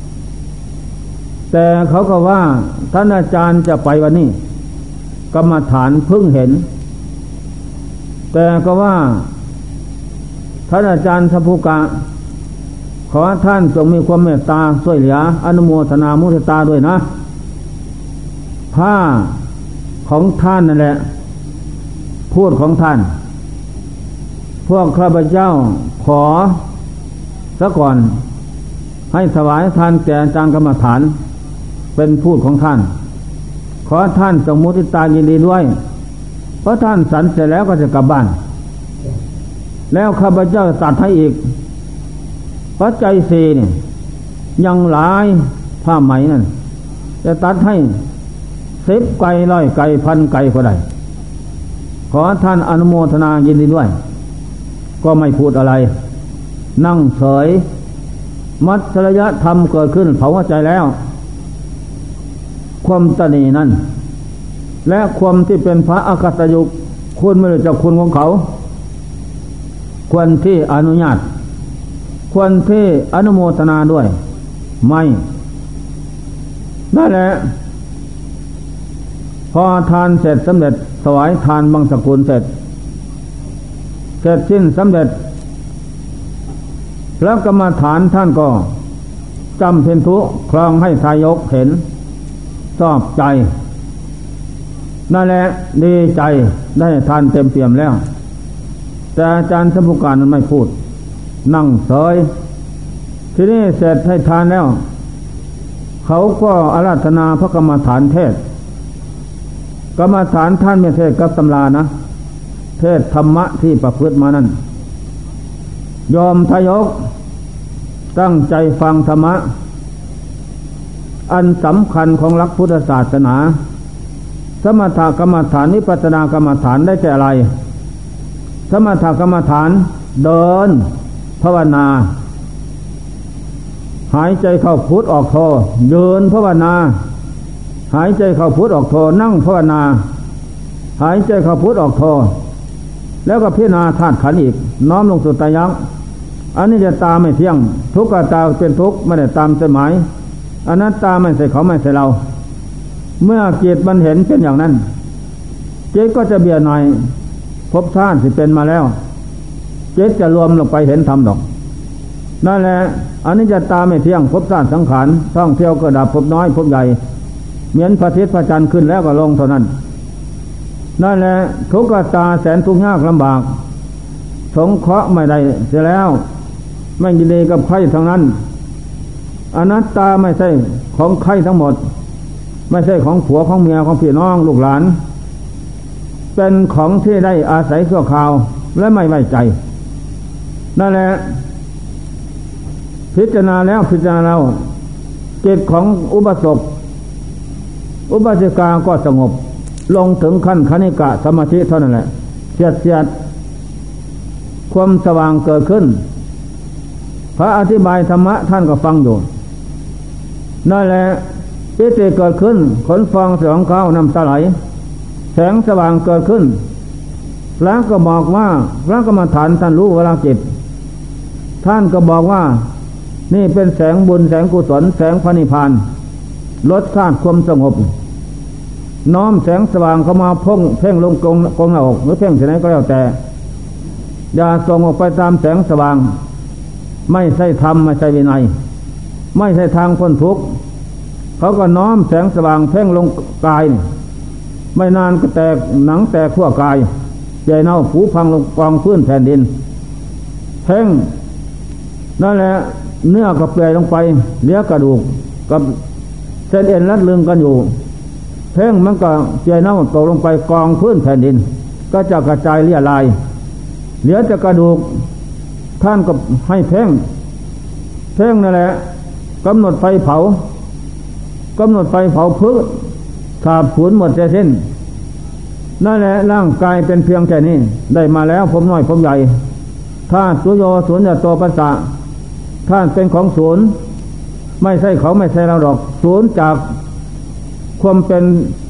แต่เขาก็ว่าท่านอาจารย์จะไปวันนี้กรรมฐานเพิ่งเห็นแต่ก็ว่าท่านอาจารย์สัพพุกะขอท่านจงมีความเมตตาช่วยเหลืออนุโมทนามุทิตาด้วยนะผ้าของท่านนั่นแหละพูดของท่านพวกข้าพเจ้าขอซะก่อนให้ถวายทานแก่อาจารย์กรรมฐานเป็นพูดของท่านขอท่านจงมุทิตายินดีด้วยเพราะท่านสันเสร็จแล้วก็จะกลับบ้านแล้วข้าพเจ้าตัดให้อีกปัจจัยสี่เนี่ยยังหลายผ้าไหมนั่นจะตัดให้10 ไก่100 ไก่1,000 ไก่ก็ได้ขอท่านอนุโมทนายินดีด้วยก็ไม่พูดอะไรนั่งเฉยมัจฉริยธรรมเกิดขึ้นเผาหัวใจแล้วความตนีนั้นและความที่เป็นพระอคัตตยุกคุณไม่รู้จักคุณของเขาควรที่อนุญาตควรที่อนุโมทนาด้วยไม่นั่นแหละพอทานเสร็จสำเร็จถวายทานบังสกุลเสร็จสิ้นสำเร็จแล้วกรรมฐานท่านก็จำเพ็ญทุครองให้ทายกเห็นชอบใจนั่นแหละดีใจได้ทานเต็มเปี่ยมแล้วแต่อาจารย์สัมภุการนั้นไม่พูดนั่งเฉยทีนี้เสร็จให้ทานแล้วเขาก็อาราธนาพระกรรมฐานเทศกรรมฐานท่านไม่เทศกับตำรานะเทศธรรมะที่ประพฤติมานั้นยอมทายกตั้งใจฟังธรรมะอันสำคัญของหลักพุทธศาสนาสมถกรรมฐานวิปัสสนากรรมฐานได้แต่อะไรสมถกรรมฐานเดินภาวนาหายใจเข้าพุทออกโทยืนภาวนาหายใจเข้าพุทออกโทนั่งภาวนาหายใจเข้าพุทออกโทแล้วก็พิจารณาธาตุขันธ์อีกน้อมลงสู่ตายักษ์อันนี้จะตาไม่เที่ยงทุกข์ตาเป็นทุกข์ไม่ได้ตามใจหมายอนัตตาไม่ใช่เขาไม่ใช่เราเมื่อจิตมันเห็นเป็นอย่างนั้นจิตก็จะเบี่ยหน่อยภพชาติที่เป็นมาแล้วจิตจะรวมลงไปเห็นธรรมดอกนั่นแหละอันนี้จะตาไม่เที่ยงภพชาติสังขารท่องเที่ยวก็ดับภพน้อยภพใหญ่เหมือนพระอาทิตย์พระจันทร์ขึ้นแล้วก็ลงเท่านั้นนั่นแหละทุกข์ตาแสนทุกข์ยากลำบากสงเคราะห์ไม่ได้เสียแล้วไม่ยินดีกับใครทั้งนั้นอนัตตาไม่ใช่ของใครทั้งหมดไม่ใช่ของผัวของเมียของพี่น้องลูกหลานเป็นของที่ได้อาศัยชั่วคราวและไม่ไว้ใจนั่นแหละพิจารณาแล้วพิจารณาแล้วจิตของอุบาสกอุบาสิกาก็สงบลงถึงขั้นคณิกะสมาธิเท่านั้นแหละเฉียดความสว่างเกิดขึ้นพระอธิบายธรรมะท่านก็ฟังอยู่นั่นแหละปิติเกิดขึ้นขนฟองสองเข้าน้ำตาไหลแสงสว่างเกิดขึ้นแล้วก็บอกว่าพระกรรมฐานท่านรู้เวลาจิตท่านก็บอกว่านี่เป็นแสงบุญแสงกุศลแสงพระนิพพานลดชาติความสงบน้อมแสงสว่างเข้ามาเพ่งลงกงหน้าอกหรือเพ่งที่ไหนก็แล้วแต่อย่าส่งออกไปตามแสงสว่างไม่ใช่ธรรมไม่ใช่วินัยไม่ใช่ทางพ้นทุกข์เขาก็น้อมแสงสว่างเพ่งลงกายไม่นานก็แตกหนังแตกทั่วกายใหญ่เน่าผุพังลงกองพื้นแผ่นดินเพ่งนั่นแหละเนื้อก็เปื่อยลงไปเหลือกระดูกกับเส้นเอ็นรัดลึงกันอยู่เพ่งมันก็ใหญ่เน่าตกลงไปกองพื้นแผ่นดินก็จะกระจายเลี่ยลายเหลือแต่กระดูกท่านก็ให้เพ่งนั่นแหละกำหนดไฟเผาพืชขาบผูนหมดจะสิ้นนั่นแหละร่างกายเป็นเพียงแค่นี้ได้มาแล้วผมน้อยผมใหญ่ธาตุสุโยศูนย์โตปัสสะธาตุเป็นของศูนย์ไม่ใช่เขาไม่ใช่เราดอกศูนย์จากความเป็น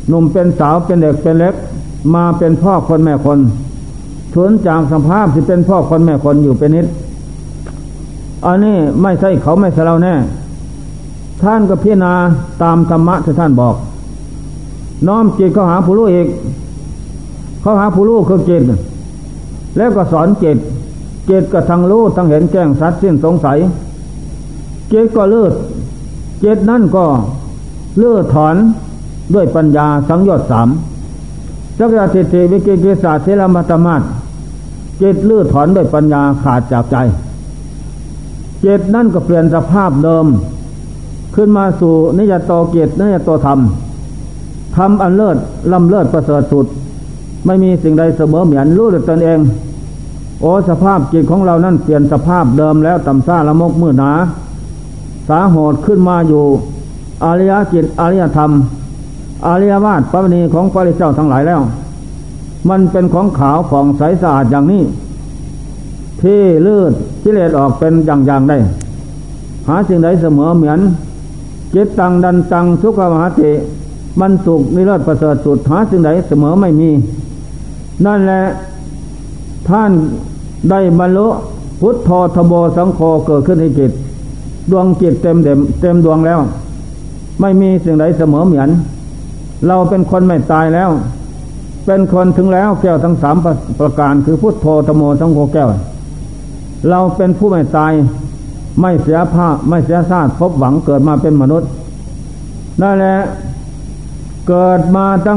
หนุ่มเป็นสาวเป็นเด็กเป็นเล็กมาเป็นพ่อคนแม่คนสูญจากสภาพที่เป็นพ่อคนแม่คนอยู่เป็นนิดอันนี้ไม่ใช่เขาไม่ใช่เราแน่ท่านก็พิจารณาตามธรรมะที่ท่านบอกน้อมจิตเข้าหาผู้รู้อีกเข้าหาผู้รู้คือจิตแล้วก็สอนจิตก็ทั้งรู้ทั้งเห็นแจ้งสัตว์สิ้นสงสัยจิตก็เลิศจิตนั่นก็เลื่อถอนด้วยปัญญาสังโยชน์3สักยะทิฏฐิวิกิกิจสาศีลมัตตมาสจิตลื้อถอนด้วยปัญญาขาดจากใจจิตนั่นก็เปลี่ยนสภาพเดิมขึ้นมาสู่นิยตโตจิตนิยตโตธรรมอันเลิศล้ำเลิศประเสริฐสุดไม่มีสิ่งใดเสมอเหมือนรู้ด้วยตนเองโอ้สภาพจิตของเรานั่นเปลี่ยนสภาพเดิมแล้วต่ำซ่าละมกมืดหนาสาโหดขึ้นมาอยู่อริยจิตอริยธรรมอริยวาทปรณีของพระเจ้าทั้งหลายแล้วมันเป็นของขาวผ่องใสสะอาดอย่างนี้ที่ลืดกิเลสออกเป็นอย่างได้หาสิ่งใดเสมอเหมือนจิตตังดันตังสุขมหาติมันสุขนิเลิศประเสริฐสุดหาสิ่งใดเสมอไม่มีนั่นแหละท่านได้บรรลุพุทโธธโมสังโฆเกิดขึ้นในจิตดวงจิตเต็มดวงแล้วไม่มีสิ่งใดเสมอเหมือนเราเป็นคนไม่ตายแล้วเป็นคนถึงแล้วแก้วทั้ง3ประการคือพุทโธธโมสังโฆแก้วเราเป็นผู้ไม่ตายไม่เสียภาพไม่เสียชาติพบหวังเกิดมาเป็นมนุษย์นั่นแหละเกิดมาตั้ง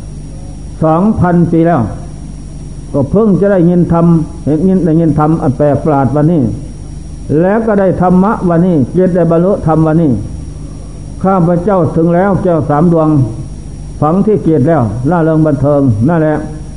2,000 ปีแล้วก็เพิ่งจะได้ยินธรรมได้ยินธรรมอันแปลกประหลาดวันนี้แล้วก็ได้ธรรมะวันนี้จิตได้บรรลุธรรมวันนี้ข้าพเจ้าถึงแล้วแก้ว3 ดวงฝังที่เกียรติแล้วล่าเริงบันเทิงนั่นแหละ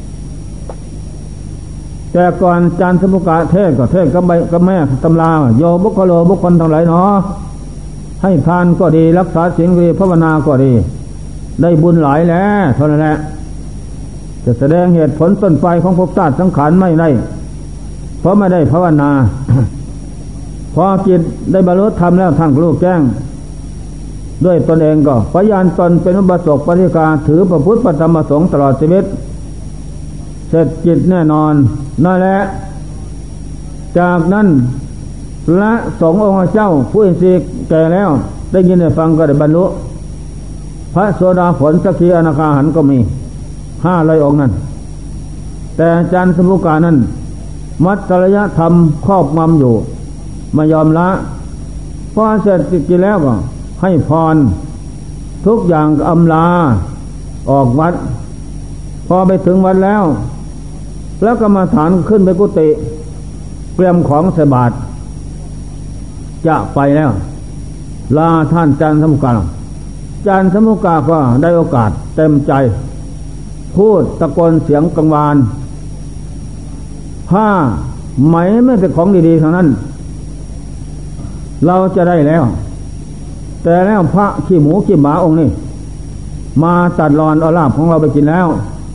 แต่ก่อนจารย์สมุกะเทศก็เทศกับแม่ตำราโยบุคโลบุคคลทั้งหลายเนาะให้ทานก็ดีรักษาศีลก็ดีภาวนาก็ดีได้บุญหลายแล้วเท่านั้นแหละจะแสดงเหตุผลต้นไปของภพชาติสังขารไม่ได้เพราะไม่ได้ภาวนา พอจิตได้บรรลุธรรมแล้วท่านรู้แจ้งด้วยตนเองก็พยานตนเป็นอุบาสกปฏิกาถือพระพุทธพระธรรมพระสงฆ์ตลอดชีวิตเสร็จจิตแน่นอนนั่นแหละจากนั้นพระสงฆ์องค์เจ้าผู้อินทรีย์แก่แล้วได้ยินได้ฟังก็ได้บรรลุพระโสดาผลสักขีอนาคาหันก็มี500 องค์นั้นแต่อาจารย์สมุกานั้นมัตตรยธรรมครอบงำอยู่ไม่ยอมละพอเสร็จกิจแล้วก็ให้พรทุกอย่างอำลาออกวัดพอไปถึงวัดแล้วก็มาฐานขึ้นไปกุฏิเตรียมของใส่บาตรจะไปแล้วลาท่านจันทสมุกาจันทสมุกาก็ได้โอกาสเต็มใจพูดตะโกนเสียงกังวานผ้าไหมไม่เป็นของดีๆทั้งนั้นเราจะได้แล้วแต่แล้วพระขี้หมูขี้หมาองค์นี้มาตัดรอนเอาลาภของเราไปกินแล้ว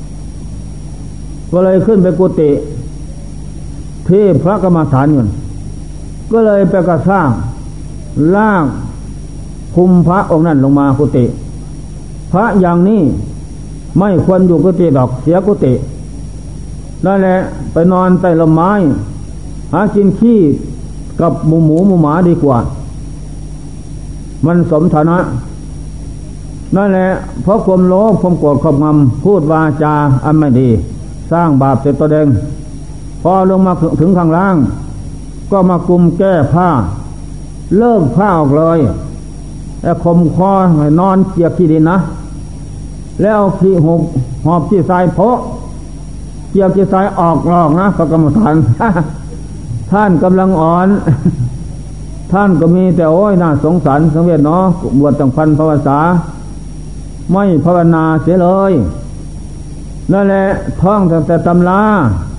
ก็เลยขึ้นไปกุฏิที่พระกรรมฐานอยู่ก็เลยไปกระสร้างล่างคุมพระองค์นั้นลงมากุฏิพระอย่างนี้ไม่ควรอยู่กุฏิดอกเสียกุฏินั่นแหละไปนอนใต้ลมไม้หากินขี้กับหมูหมาดีกว่ามันสมฐานะนั่นแหละเพราะความโลภความโกรธความงำพูดวาจาอันไม่ดีสร้างบาปเสร็จตัวเองพอลงมาถึงข้างล่างก็มากุมแก้ผ้าเลิกผ้าออกเลยแล้วข่มคอนอนเกียกขี้ดินนะแล้วขี้หอบขี้ทรายโพะเกียกขี้ทรายออกหลอกนะพระกรรมฐาน ท่านกำลังอ่อน ท่านก็มีแต่โอ้ยน่าสงสารสังเวชเนาะบวชตั้ง1,000 พรรษาไม่ภาวนาเสียเลยนั่นแหละท่องแต่ตำรา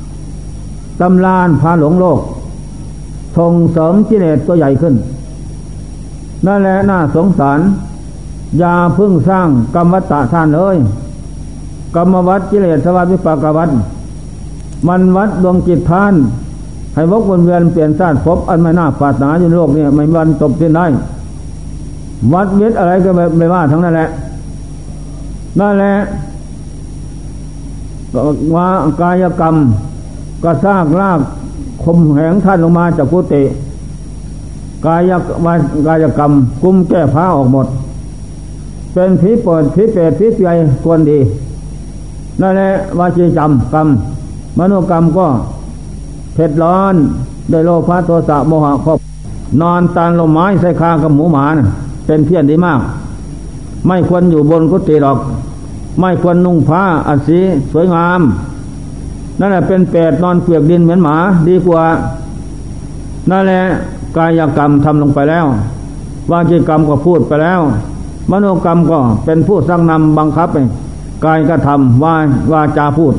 พาหลงโลกส่งเสริมกิเลสตัวใหญ่ขึ้นนั่นแหละน่าสงสารอย่าพึ่งสร้างกรรมวัฏฏะท่านเลยกรรมวัฏกิเลสวัฏวิปากวัฏมันวัดดวงจิตท่านให้วกวนเวียนเปลี่ยนชาติภพอันไม่น่าปรารถนาอยู่ในโลกนี้ไม่มีวันจบสิ้นได้วัดเวทอะไรก็ไม่ว่าทั้งนั้นแหละนั่นแหละว่ากายกรรมก็ซากลากข่มแหงท่านลงมาจากกุฏิกายกรรมกุมแก้ผ้าออกหมดเป็นผีเปิดผีเปรตผีเปียควรดีนั่นแหละวจีกรรมมโนกรรมก็เผ็ดร้อนได้โลภะโทสะโมหะครอบนอนตานลมไม้ใส่คากับหมูหมานะเป็นเพี้ยนดีมากไม่ควรอยู่บนกุฏิหรอกไม่ควรนุ่งผ้าอัดสีสวยงามนั่นแหละเป็นเปรตนอนเปียกดินเหมือนหมาดีกว่านั่นแหละกายกรรมทำลงไปแล้ววาจีกรรมก็พูดไปแล้วมโนกรรมก็เป็นผู้สร้างนำบังคับกายก็ทำวาจาพูด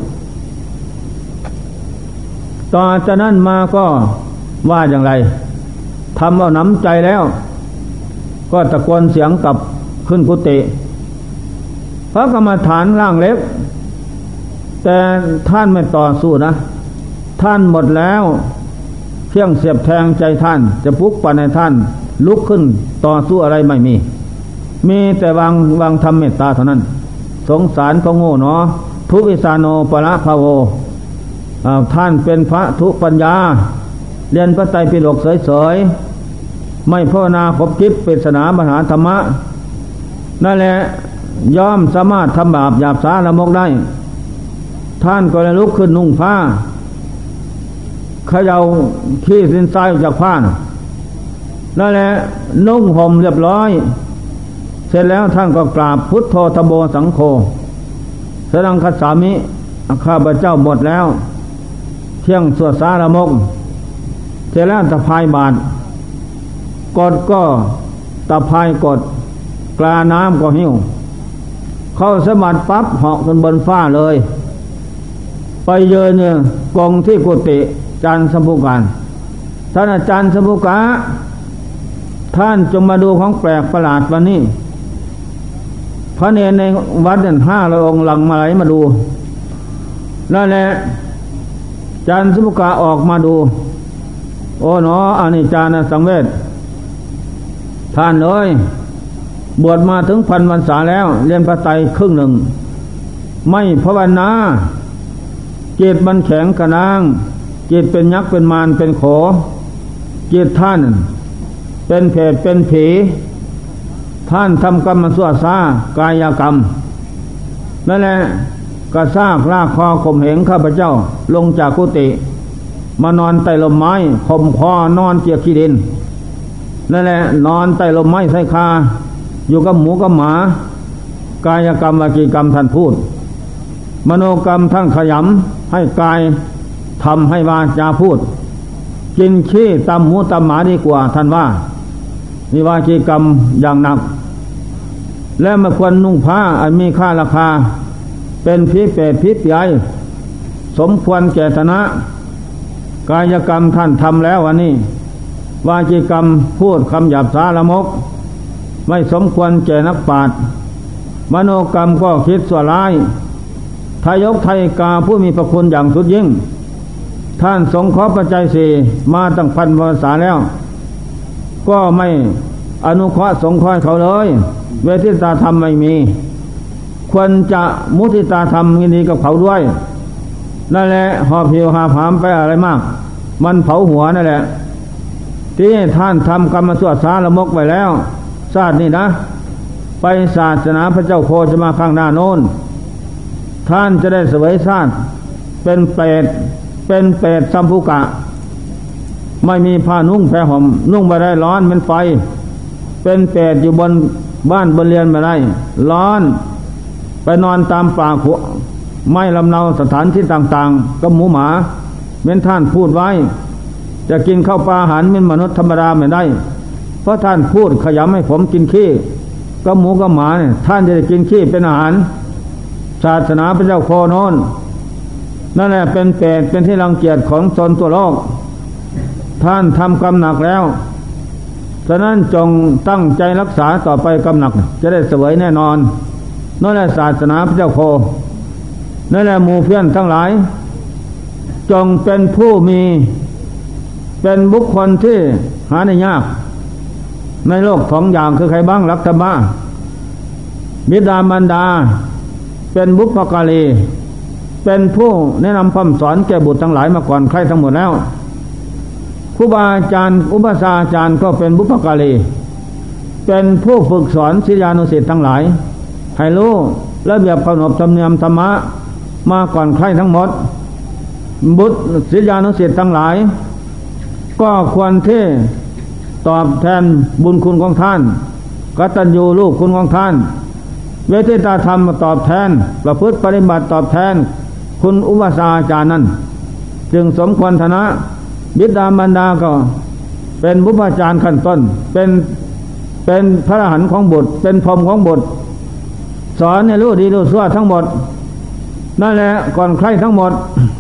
ต่อจากนั้นมาก็ว่าอย่างไรทำเอาน้ำใจแล้วก็ตะโกนเสียงกลับขึ้นกุฏิพระกรรมฐานร่างเล็กแต่ท่านไม่ต่อสู้นะท่านหมดแล้วเพียงเสียบแทงใจท่านจะปลุกปั่นให้ท่านลุกขึ้นต่อสู้อะไรไม่มีแต่วางทำเมตตาเท่านั้นสงสารเขาโง่เนาะทุวิสาโนปะละภาโวท่านเป็นพระทุปัญญาเรียนพระไตรปิฎกเฉยๆไม่ภาวนาครบจิตปริศนาปัญหาธรรมะนั่นแหละย่อมสามารถทำบาปหยาบช้าละมกได้ท่านก็เลยลุกขึ้นนุ่งผ้าเขย่าขี้สินทรายออกจากผ้านั่นแหละนุ่งห่มเรียบร้อยเสร็จแล้วท่านก็กราบพุทโธธัมโมสังโฆสรังคัสสามิข้าพเจ้าหมดแล้วเที่ยงสวดสารมกเสร็จแล้วตะพายบาทกดก็ตะพายกดกลาน้ำก็หิ้วเข้าสมาธิปั๊บเหาะขึ้นบนฟ้าเลยไปเยืนเนี่ยกองที่กุฏิจันทร์สมภุการท่านอาจารย์สมภุกะท่านจงมาดูของแปลกประหลาดวันนี้พระเนรในวัดเนี่ย500 องค์หลังมาไหลมาดูนั่นแหละจันทร์สมภุกะออกมาดูโอ้หนออานิจจานะสังเวชท่านเอ้ยบวชมาถึง1,000 พรรษาแล้วเรียนพระไตรครึ่งหนึ่งไม่ภาวนาจิตมันแข็งกระด้างจิตเป็นยักษ์เป็นมารเป็นโขจิตท่านเป็นเพศเป็นผีท่านทำกรรมสั่วซ่ากายกรรมนั่นแหละกระซากลากคอข่มเหงข้าพเจ้าลงจากกุฏิมานอนใต้ลมไม้ข่มคอนอนเจียกขี้ดินนั่นแหละนอนใต้ลมไม้ใส่คาอยู่กับหมูกับหมากายกรรมวจีกรรมท่านพูดมโนกรรมท่านขยำให้กายทำให้วาจาพูดกินขี้ตำหมูตำหมาดีกว่าท่านว่านี่วจีกรรมอย่างหนักและไม่ควรนุ่งผ้าอันมีค่าราคาเป็นผีเปรตผีเปียสมควรแก่ฐานะกายกรรมท่านทำแล้ววันนี้วจีกรรมพูดคำหยาบช้าละมกไม่สมควรแก่นักปราชญ์มโนกรรมก็คิดชั่วร้ายทายกไทยกาผู้มีพระคุณอย่างสุดยิ่งท่านสงเคราะห์ปัจจัย4มาตั้ง1,000 พรรษาแล้วก็ไม่อนุเคราะห์สงเคราะห์เขาเลยเวทิตาธรรมไม่มีควรจะมุทิตาธรรมยินดีกับเขาด้วยนั่นแหละหอบหิวหาผามไปอะไรมากมันเผาหัวนั่นแหละที่ท่านทำกรรมสั่วช้าละมกไว้แล้วชาตินี้นะไปศาสนาพระเจ้าโคจะมาข้างหน้าโน้นท่านจะได้เสวยชาติเป็นเปรตสัมภุกะไม่มีผ้านุ่งแพรห่มนุ่งไม่ได้ร้อนเป็นไฟเป็นเปรตอยู่บนบ้านบนเรือนไม่ได้ร้อนไปนอนตามป่าขุไม้ลำเนาสถานที่ต่างๆกับหมูหมาเว้นท่านพูดไว้จะกินข้าวปลาอาหารเป็นมนุษย์ธรรมดาไม่ได้เพราะท่านพูดขยำให้ผมกินขี้กับหมูกับหมาเนี่ยท่านจะได้กินขี้เป็นอาหารศาสนาพระเจ้าโคโนนนั่นแหละเป็นเปรตเป็นที่รังเกียจของชนตัวโลกท่านทำกรรมหนักแล้วฉะนั้นจงตั้งใจรักษาต่อไปกรรมหนักจะได้เสวยแน่นอนนั่นแหละศาสนาพระเจ้าโคนั่นแหละหมู่เพื่อนทั้งหลายจงเป็นผู้มีเป็นบุคคลที่หาได้ยากในโลก2 อย่างคือใครบ้างรักธรรมะบิดามารดาเป็นบุพการีเป็นผู้แนะนำคำสอนแก่บุตรทั้งหลายมาก่อนใครทั้งหมดแล้วครูบาอาจารย์อุปชาอาจารย์ก็เป็นบุพการีเป็นผู้ฝึกสอนศิษยานุศิษย์ทั้งหลายให้รู้ระเบียบขนบธรรมเนียมธรรมะมาก่อนใครทั้งหมดบุตรศิษยานุศิษย์ทั้งหลายก็ควรที่ตอบแทนบุญคุณของท่านกตัญญูลูกคุณของท่านเวทิตาธรรมตอบแทนประพฤติปฏิบัติตอบแทนคุณอุปชาอาจารย์นั้นจึงสมควรฐานะบิดามารดาก็เป็นบุพการขั้นต้นเป็นพระอรหันต์ของบุตรเป็นพรหมของบุตรสอนให้รู้ดีรู้ชั่วทั้งหมดนั่นแหละก่อนใครทั้งหมด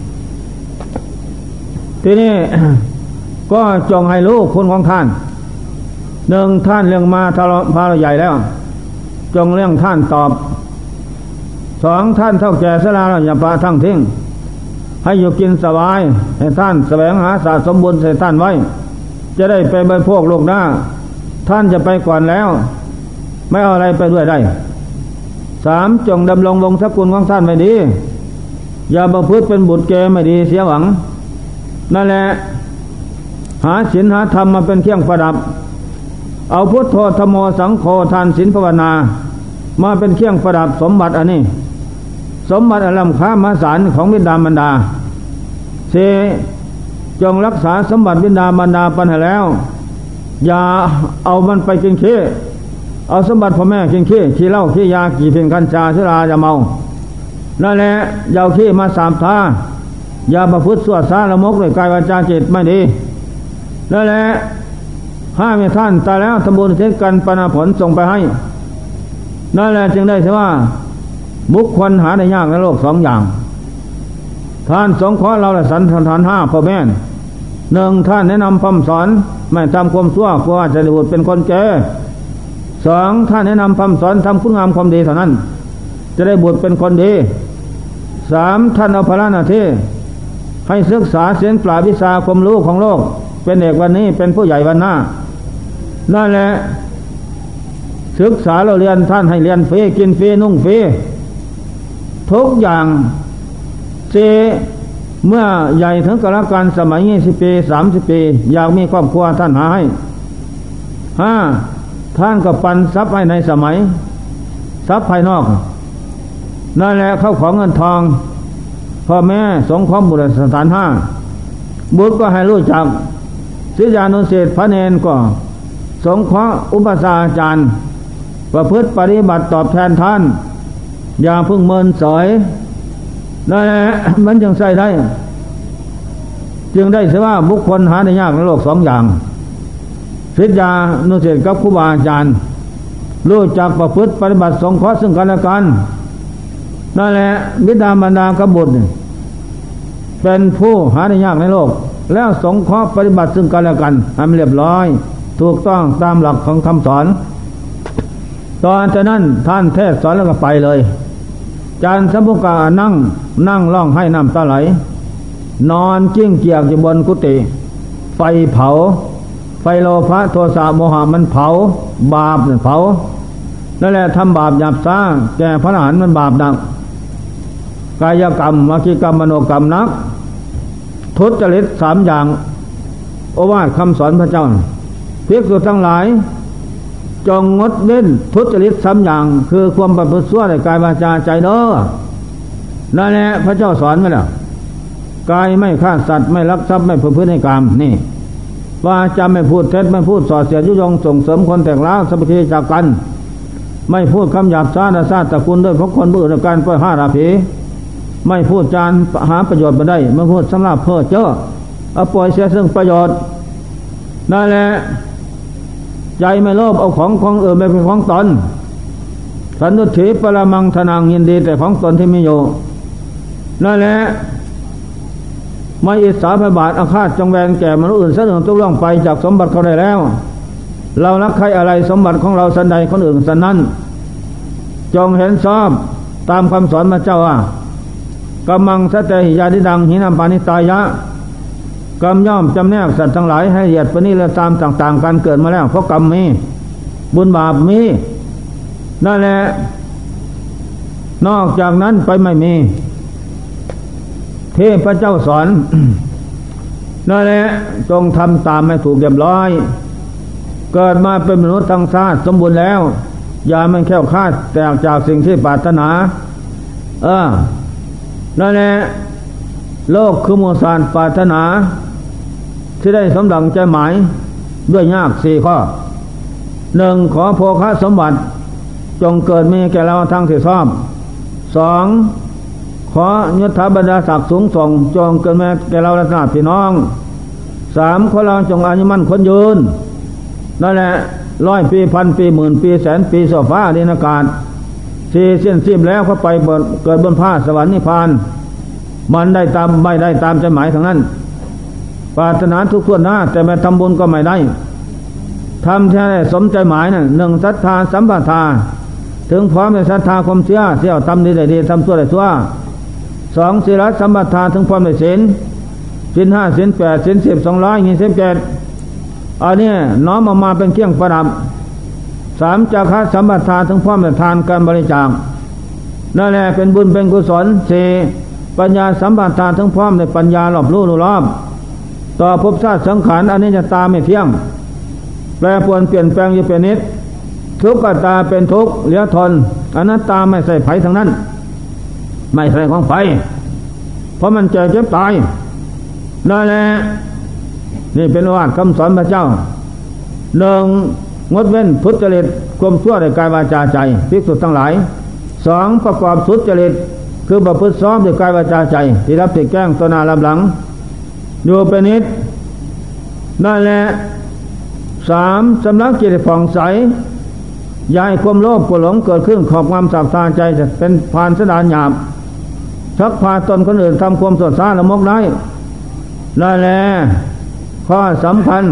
ทีนี้ ก็จงให้รู้คุณของท่านหนึ่งท่านเรื่องมาพาเราใหญ่แล้วจงเรื่องท่านตอบสองท่านเท่าแก่สลาเราอย่าปาทั้งทิ้งให้อยู่กินสบายให้ท่านแสวงหาสะสมบุญใส่ท่านไว้จะได้ไปบริโภคโลกหน้าท่านจะไปก่อนแล้วไม่เอาอะไรไปด้วยได้สามจงดำรงวงศกุลของท่านไว้ดีอย่าประพฤติเป็นบุตรเกไม่ดีเสียหวังนั่นแหละหาศีลหาธรรมมาเป็นเครื่องประดับเอาพุทโธธัมโมสังโฆทานศีลภาวนามาเป็นเครื่องประดับสมบัติอันนี้สมบัติอันล้ำค่ามหาศาลของบิดามารดาเสจงรักษาสมบัติบิดามารดาปัญหาแล้วอย่าเอามันไปกินขี้เอาสมบัติพ่อแม่กินขี้ขี้เหล้าขี้ยาขี้เพ่งกัญชาสุราอย่าเมานั่นแหละอย่าขี้มาสามท่าอย่าประพฤติสั่วซ่าละมกด้วยกายวาจาจิตไม่ดีนั่นแหละห้ามีท่านตายแล้วทำบุญเทศกันปนาผลส่งไปให้นั่นแหละจึงได้ใช่ว่าบุคคลหาได้ยากในโลกสองอย่างท่านสงเคราะห์เราและสันทานห้าพ่อแม่หนึ่งท่านแนะนำคำสอนไม่ทำความชั่วกลัวจะได้บุตรเป็นคนแก่สองท่านแนะนำคำสอนทำคุณงามความดีเท่านั้นจะได้บุตรเป็นคนดีสามท่านเอาภาระหน้าที่ให้ศึกษาเสียนปราบวิชาความรู้ของโลกเป็นเอกวันนี้เป็นผู้ใหญ่วันหน้านั่นแหละศึกษาเราเรียนท่านให้เรียนฟรีกินฟรีนุ่งฟรีทุกอย่างเจเมื่อใหญ่ถึงกาลการสมัย20 ปี30 ปีอยากมีครอบครัวท่านหาให้ห้าท่านก็ปันทรัพย์ให้ในสมัยทรัพย์ภายนอกนั่นแหละเข้าของเงินทองพ่อแม่สงเคราะห์บุตรสถานห้าบุตรก็ให้รู้จักศิษยานุศิษย์พระเนนก็สงเคราะห์อุปชาอาจารย์ประพฤติปฏิบัติตอบแทนท่านอย่าพึ่งเมินเสยนั่นแหละมันจึงใส่ได้จึงได้เสียว่าบุคคลหาได้ยากในโลกสองอย่างศิษยานุศิษย์กับครูบาอาจารย์รู้จักประพฤติปฏิบัติสงเคราะห์ซึ่งกันและกันนั่นแหละบิดามารดากับบุตรเป็นผู้หาได้ยากในโลกแล้วสงเคราะห์ปฏิบัติซึ่งกันและกันให้มันเรียบร้อยถูกต้องตามหลักของคำสอนตอนจากนั้นท่านเทศสอนแล้วก็ไปเลยจารย์สัมภุกะนั่งร้องให้น้ำตาไหลนอนจิ้งเกียกอยู่บนกุฏิไฟเผาไฟโลภะโทสะโมหะมันเผาบาปเผานั่นแหละทำบาปหยาบซ่าแก่พระอรหันต์มันบาปหนักกายกรรมวจีกรรมมโนกรรมนักทุจริต3อย่างโอวาทคำสอนพระเจ้าภิกษุทั้งหลายจงงดเว้นทุจริต3อย่างคือความประพฤติชั่วในกายวาจาใจเด้อนั่นแหละพระเจ้าสอนไว้แล้วกายไม่ฆ่าสัตว์ไม่ลักทรัพย์ไม่ประพฤติในกามนี่วาจาไม่พูดเท็จไม่พูดส่อเสียดยุยงส่งเสริมคนแตกร้าวสัพเพจากกันไม่พูดคำหยาบช้าด่าซาตะคุณด้วยเพราะคนผู้อื่นการปล่อยห้าราผีไม่พูดจานหาประโยชน์มาได้ไม่พูดสำหรับเพ้อเจ้อเอาปล่อยเสียซึ่งประโยชน์นั่นแหละใจไม่โลภเอาของอื่นไปเป็นของตนสันตุถีปรมังธนังยินดีแต่ของตนที่มีอยู่นั่นแหละไม่อิจฉาพยาบาทอาฆาตจองแวงแก่มนุษย์อื่นซะหนึ่งทุกเรื่องไปจากสมบัติเขาได้แล้วเรารักใครอะไรสมบัติของเราสันใดคนอื่นสันนั้นจงเห็นชอบตามคำสอนพระเจ้าว่ากำมังสเตหิยาดิดังหินัมปานิตายะกรรมย่อมจำแนกสัตว์ทั้งหลายให้ละเอียดประณีตและตามต่างๆกันเกิดมาแล้วเพราะกรรมมีบุญบาปมีนั่นแหละนอกจากนั้นไปไม่มีเทพเจ้าสอน นั่นแหละจงทำตามให้ถูกเรียบร้อยเกิดมาเป็นมนุษย์ทั้งชาติสมบูรณ์แล้วอย่ามันแค่วคลาดแตกจากสิ่งที่ปรารถนานั่นแหละโลกคือโมสานปรารถนาที่ได้สมดังใจหมายด้วยยาก4 ข้อ 1. ขอโภคสมบัติจงเกิดมีแก่เราทั้งที่ชอบ 2. ขอยศถาบรรดาศักดิ์สูงส่งจงเกิดมีแก่เราและญาติพี่น้อง 3. ขอเราจงอายุมั่นคนยืนนั่นแหละ100 ปี1,000 ปี10,000 ปี100,000 ปีโซฟาดินอากาศ4สิ้นชีพแล้วเขาไปเกิดบนผ้าสวรรค์นิพพานมันได้ตามไม่ได้ตามใจหมายทั้งนั้นปรารถนาทุกส่วนหน้าแต่ไม่ทำบุญก็ไม่ได้ทำแค่ได้สมใจหมายนั่น 1. ศรัทธาสัมปทาถึงพร้อมในศรัทธาความเชื่อเที่ยวทำดีได้ดีทำชั่วได้ชั่ว 2. ศีลสัมปทาถึงพร้อมในศีล5 ศีล8 ศีล10 227อันนี้น้อมออกมาเป็นเครื่องประดับ 3. จาคะสัมปทาถึงพร้อมในทานการบริจาคนั่นแหละเป็นบุญเป็นกุศล 4. ปัญญาสัมปทาถึงพร้อมในปัญญารอบรู้รอบต่อภพชาติสังขารอนิจจตาไม่เที่ยงแปรปรวนเปลี่ยนแปลงอยู่เป็นนิจทุกขตาเป็นทุกข์เหลือทนอนัตตาไม่ใส่ไผทั้งนั้นไม่ใส่ของไผเพราะมันเจ็บตายนั่นแหละนี่เป็นวาทคำสอนพระเจ้า 1. งดเว้นทุจริตความชั่วในกายวาจาใจภิกษุทั้งหลาย 2. ประกอบสุจริตคือประพฤติซ้อมด้วยกายวาจาใจที่รับที่แกล้งต่อหน้ารับหลังอยู่เป็นนิจนั่นแหละ 3. สำลักจิตผ่องใสย้ายความโลภความหลงเกิดขึ้นขอบความสับสานใจจะเป็นพานสดานหยาบชักพาตนคนอื่นทำความสดซ่าละมกได้นั่นแหละข้อสำคัญ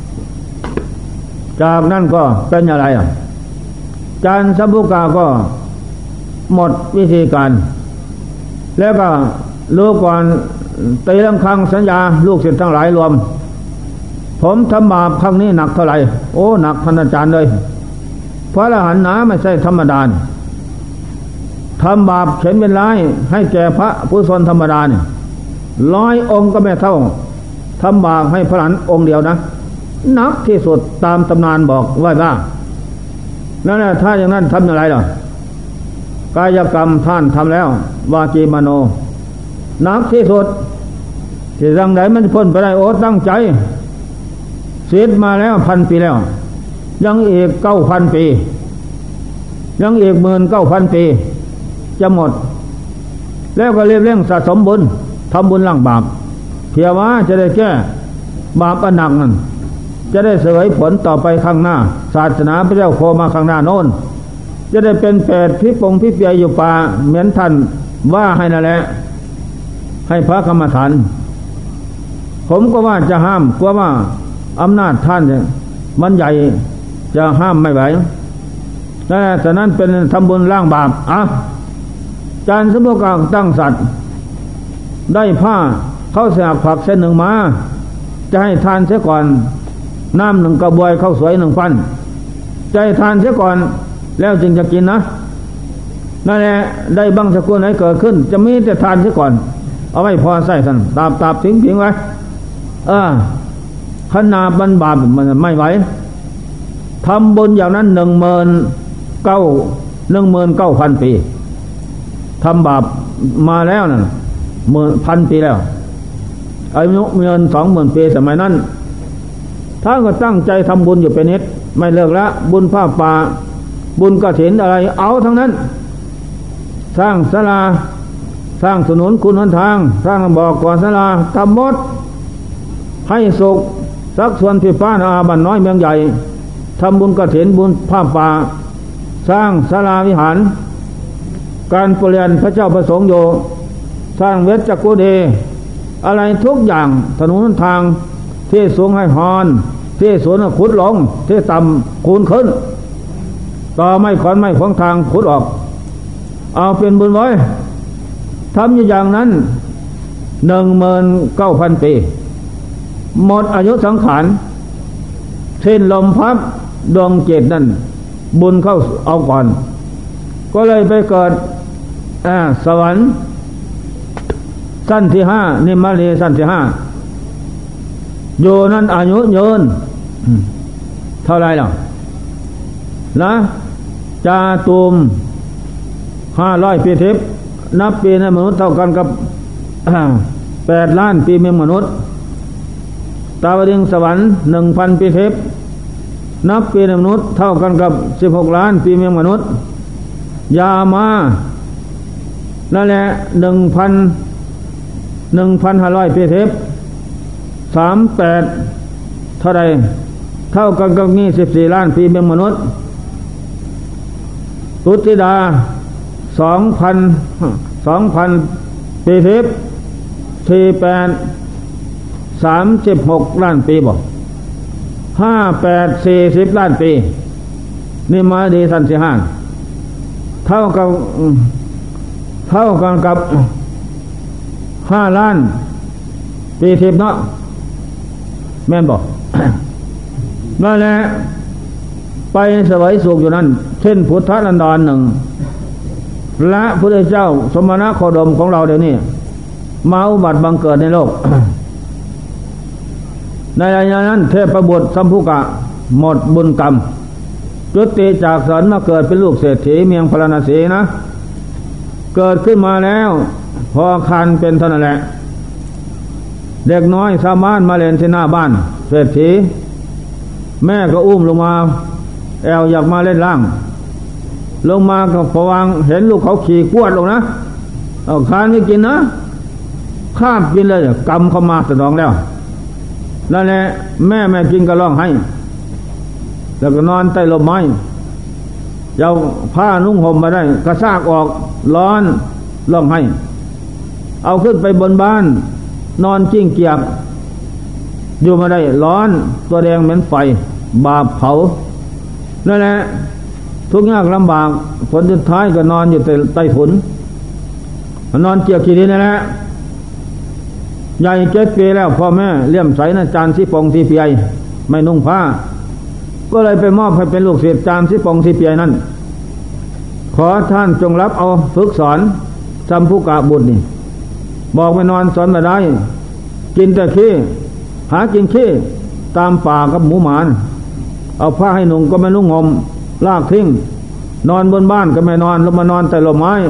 จากนั้นก็เป็นอะไรจารย์สัมภุกาก็หมดวิธีการแล้วก็รู้ก่อนตีลังคังสัญญาลูกศิษย์ทั้งหลายรวมผมทำบาปครั้งนี้หนักเท่าไหร่โอ้หนักท่านอาจารย์เลยเพราะอรหันต์หนาไม่ใช่ธรรมดาทำบาปเข็นเป็นร้ายให้แก่พระผู้ชนธรรมดาเนี่ย100 องค์ก็ไม่เท่าทำบาปให้พระอรหันต์องค์เดียวนะหนักที่สุดตามตำนานบอกไว้ว่านั่นแหละถ้าอย่างนั้นทำอย่างไรล่ะกายกรรมท่านทำแล้ววาจีมโนหนักที่สุดที่รังไหนมันพ้นไปได้โอ้ตั้งใจเสียมาแล้ว1,000 ปีแล้วยังอีก 9,000 ปียังอีก 19,000 ปีจะหมดแล้วก็เรียบเร่งสะสมบุญทำบุญล้างบาปเพียงว่าจะได้แก้บาปอันหนักนั่นจะได้เสวยผลต่อไปข้างหน้าศาสนาพระเจ้าโคมาข้างหน้าโน้นจะได้เป็นเปรตพิปงพิเปียอยู่ป่าเหมือนท่านว่าให้นั่นแหละให้พระกรรมฐานผมก็ว่าจะห้ามกลัวว่าอำนาจท่านมันใหญ่จะห้ามไม่ไหวแต่ฉะนั้นเป็นทำบุญล้างบาปจารย์สมภารตั้งสัตว์ได้ผ้าเข้าสากผักเส้น 1 มาจะให้ทานเสียก่อนน้ำ 1 กระบวยข้าวสวย 1 ฟันใจทานเสียก่อนแล้วจึงจะกินนะนั่นแหละได้บังสกุลไหนเกิดขึ้นจะมีแต่ทานเสียก่อนเอาไว้พอใส่ท่านตาบทิ้งไว้ขนาดมันบาปมันไม่ไหวทำบุญอย่างนั้น19,000 ปีทำบาปมาแล้วน่ะ1,000 ปีแล้วอายุเงิน 20,000 ปีสมัยนั้นท่านก็ตั้งใจทำบุญอยู่เป็นนิดไม่เลิกละบุญผ้าป่าบุญกฐินอะไรเอาทั้งนั้นสร้างศาลาสร้างถนนคุณหนทางสร้างบ่อก่อศาลาทำหมดให้สุขสักส่วนที่ฟ้าอาบันน้อยเมืองใหญ่ทำบุญกฐินบุญผ้าป่าสร้างศาลาวิหารการเปลี่ยนพระเจ้าประสงค์โยสร้างเวชจักกุเดอะไรทุกอย่างถนนทางที่สูงให้หอนที่สูงขุดลงที่ต่ำคูณขึ้นต่อไม่ขอนไม่ขวางทางขุดออกเอาเป็นบุญไว้ทำอย่างนั้น 19,000 ปีหมดอายุสังขารสิ้นลมพับดวงจิตนั่นบุญเข้าเอาก่อนก็เลยไปเกิดสวรรค์สั้นที่5นิมมลีสั้นที่5อยู่นั้นอายุยืนเท่าไรล่ะนะจาตุม500 ปีทิพย์นับปีในมนุษย์เท่ากันกับ8 ล้านปีเมืองมนุษย์ตาวดึงสวรรค์ 1,000 ปีทิพย์นับปีในมนุษย์เท่ากันกับ16 ล้านปีเมืองมนุษย์ยามานั่นแหละ 1,500 ปีทิพย์38เท่าไรเท่ากันกับนี่14 ล้านปีเมืองมนุษย์ตุติดา 2,000 ปีทิพย์48 36 ล้านปีบอก58 40 ล้านปีนี่มาดีสันสิห้าเท่ากันกับ5 ล้านปีทิพย์เนาะแม่นบอก นั่นแหละไปสวยสุขอยู่นั่นเช่นพุทธนันดรหนึ่งและพระเจ้าสมณโคดมของเราเดี๋ยวนี้มาอุบัติบังเกิดในโลก ในระยะนั้นเทพบุตรสัมภุกะหมดบุญกรรมจุติจากสวรรค์มาเกิดเป็นลูกเศรษฐีเมืองพาราณสีนะเกิดขึ้นมาแล้วพอคันเป็นเท่านั้นแหละเด็กน้อยสามารถมาเล่นที่หน้าบ้านเศรษฐีแม่ก็อุ้มลงมาแอวอยากมาเล่นล่างลงมาก็พวังเห็นลูกเขาขี่กวดลงนะเอาคานไม่กินนะข้ามกินเลยกำเข้ามาสนองแล้วนั่นแหละแม่กินก็ร้องให้แล้วก็นอนใต้ลมไม้เอาผ้านุ่งห่มมาได้กระซากออกร้อนร้องให้เอาขึ้นไปบนบ้านนอนจิ้งเกียกอยู่มาได้ร้อนตัวแดงเหมือนไฟบาปเผานั่นแหละทุกข์ยากลำบากผลสุดท้ายก็นอนอยู่ใต้ถุนนอนเกียกขี้ดินนั่นแหละใหญ่7 ปีแล้วพ่อแม่เลี่ยมใสนะจานสิปองสีเปียไม่นุ่งผ้าก็เลยไปมอบให้เป็นลูกศิษย์จานสิปองสีเปียนั่นขอท่านจงรับเอาฝึกสอนสัมภุกะบุตรนี่บอกไปนอนสอนมาได้กินแต่ขี้หากินขี้ตามป่ากับหมูหมาเอาผ้าให้นุ่งก็ไม่นุ่งห่มลากทิ้งนอนบนบ้านก็ไม่นอนแล้วมานอนแต่ลมไม้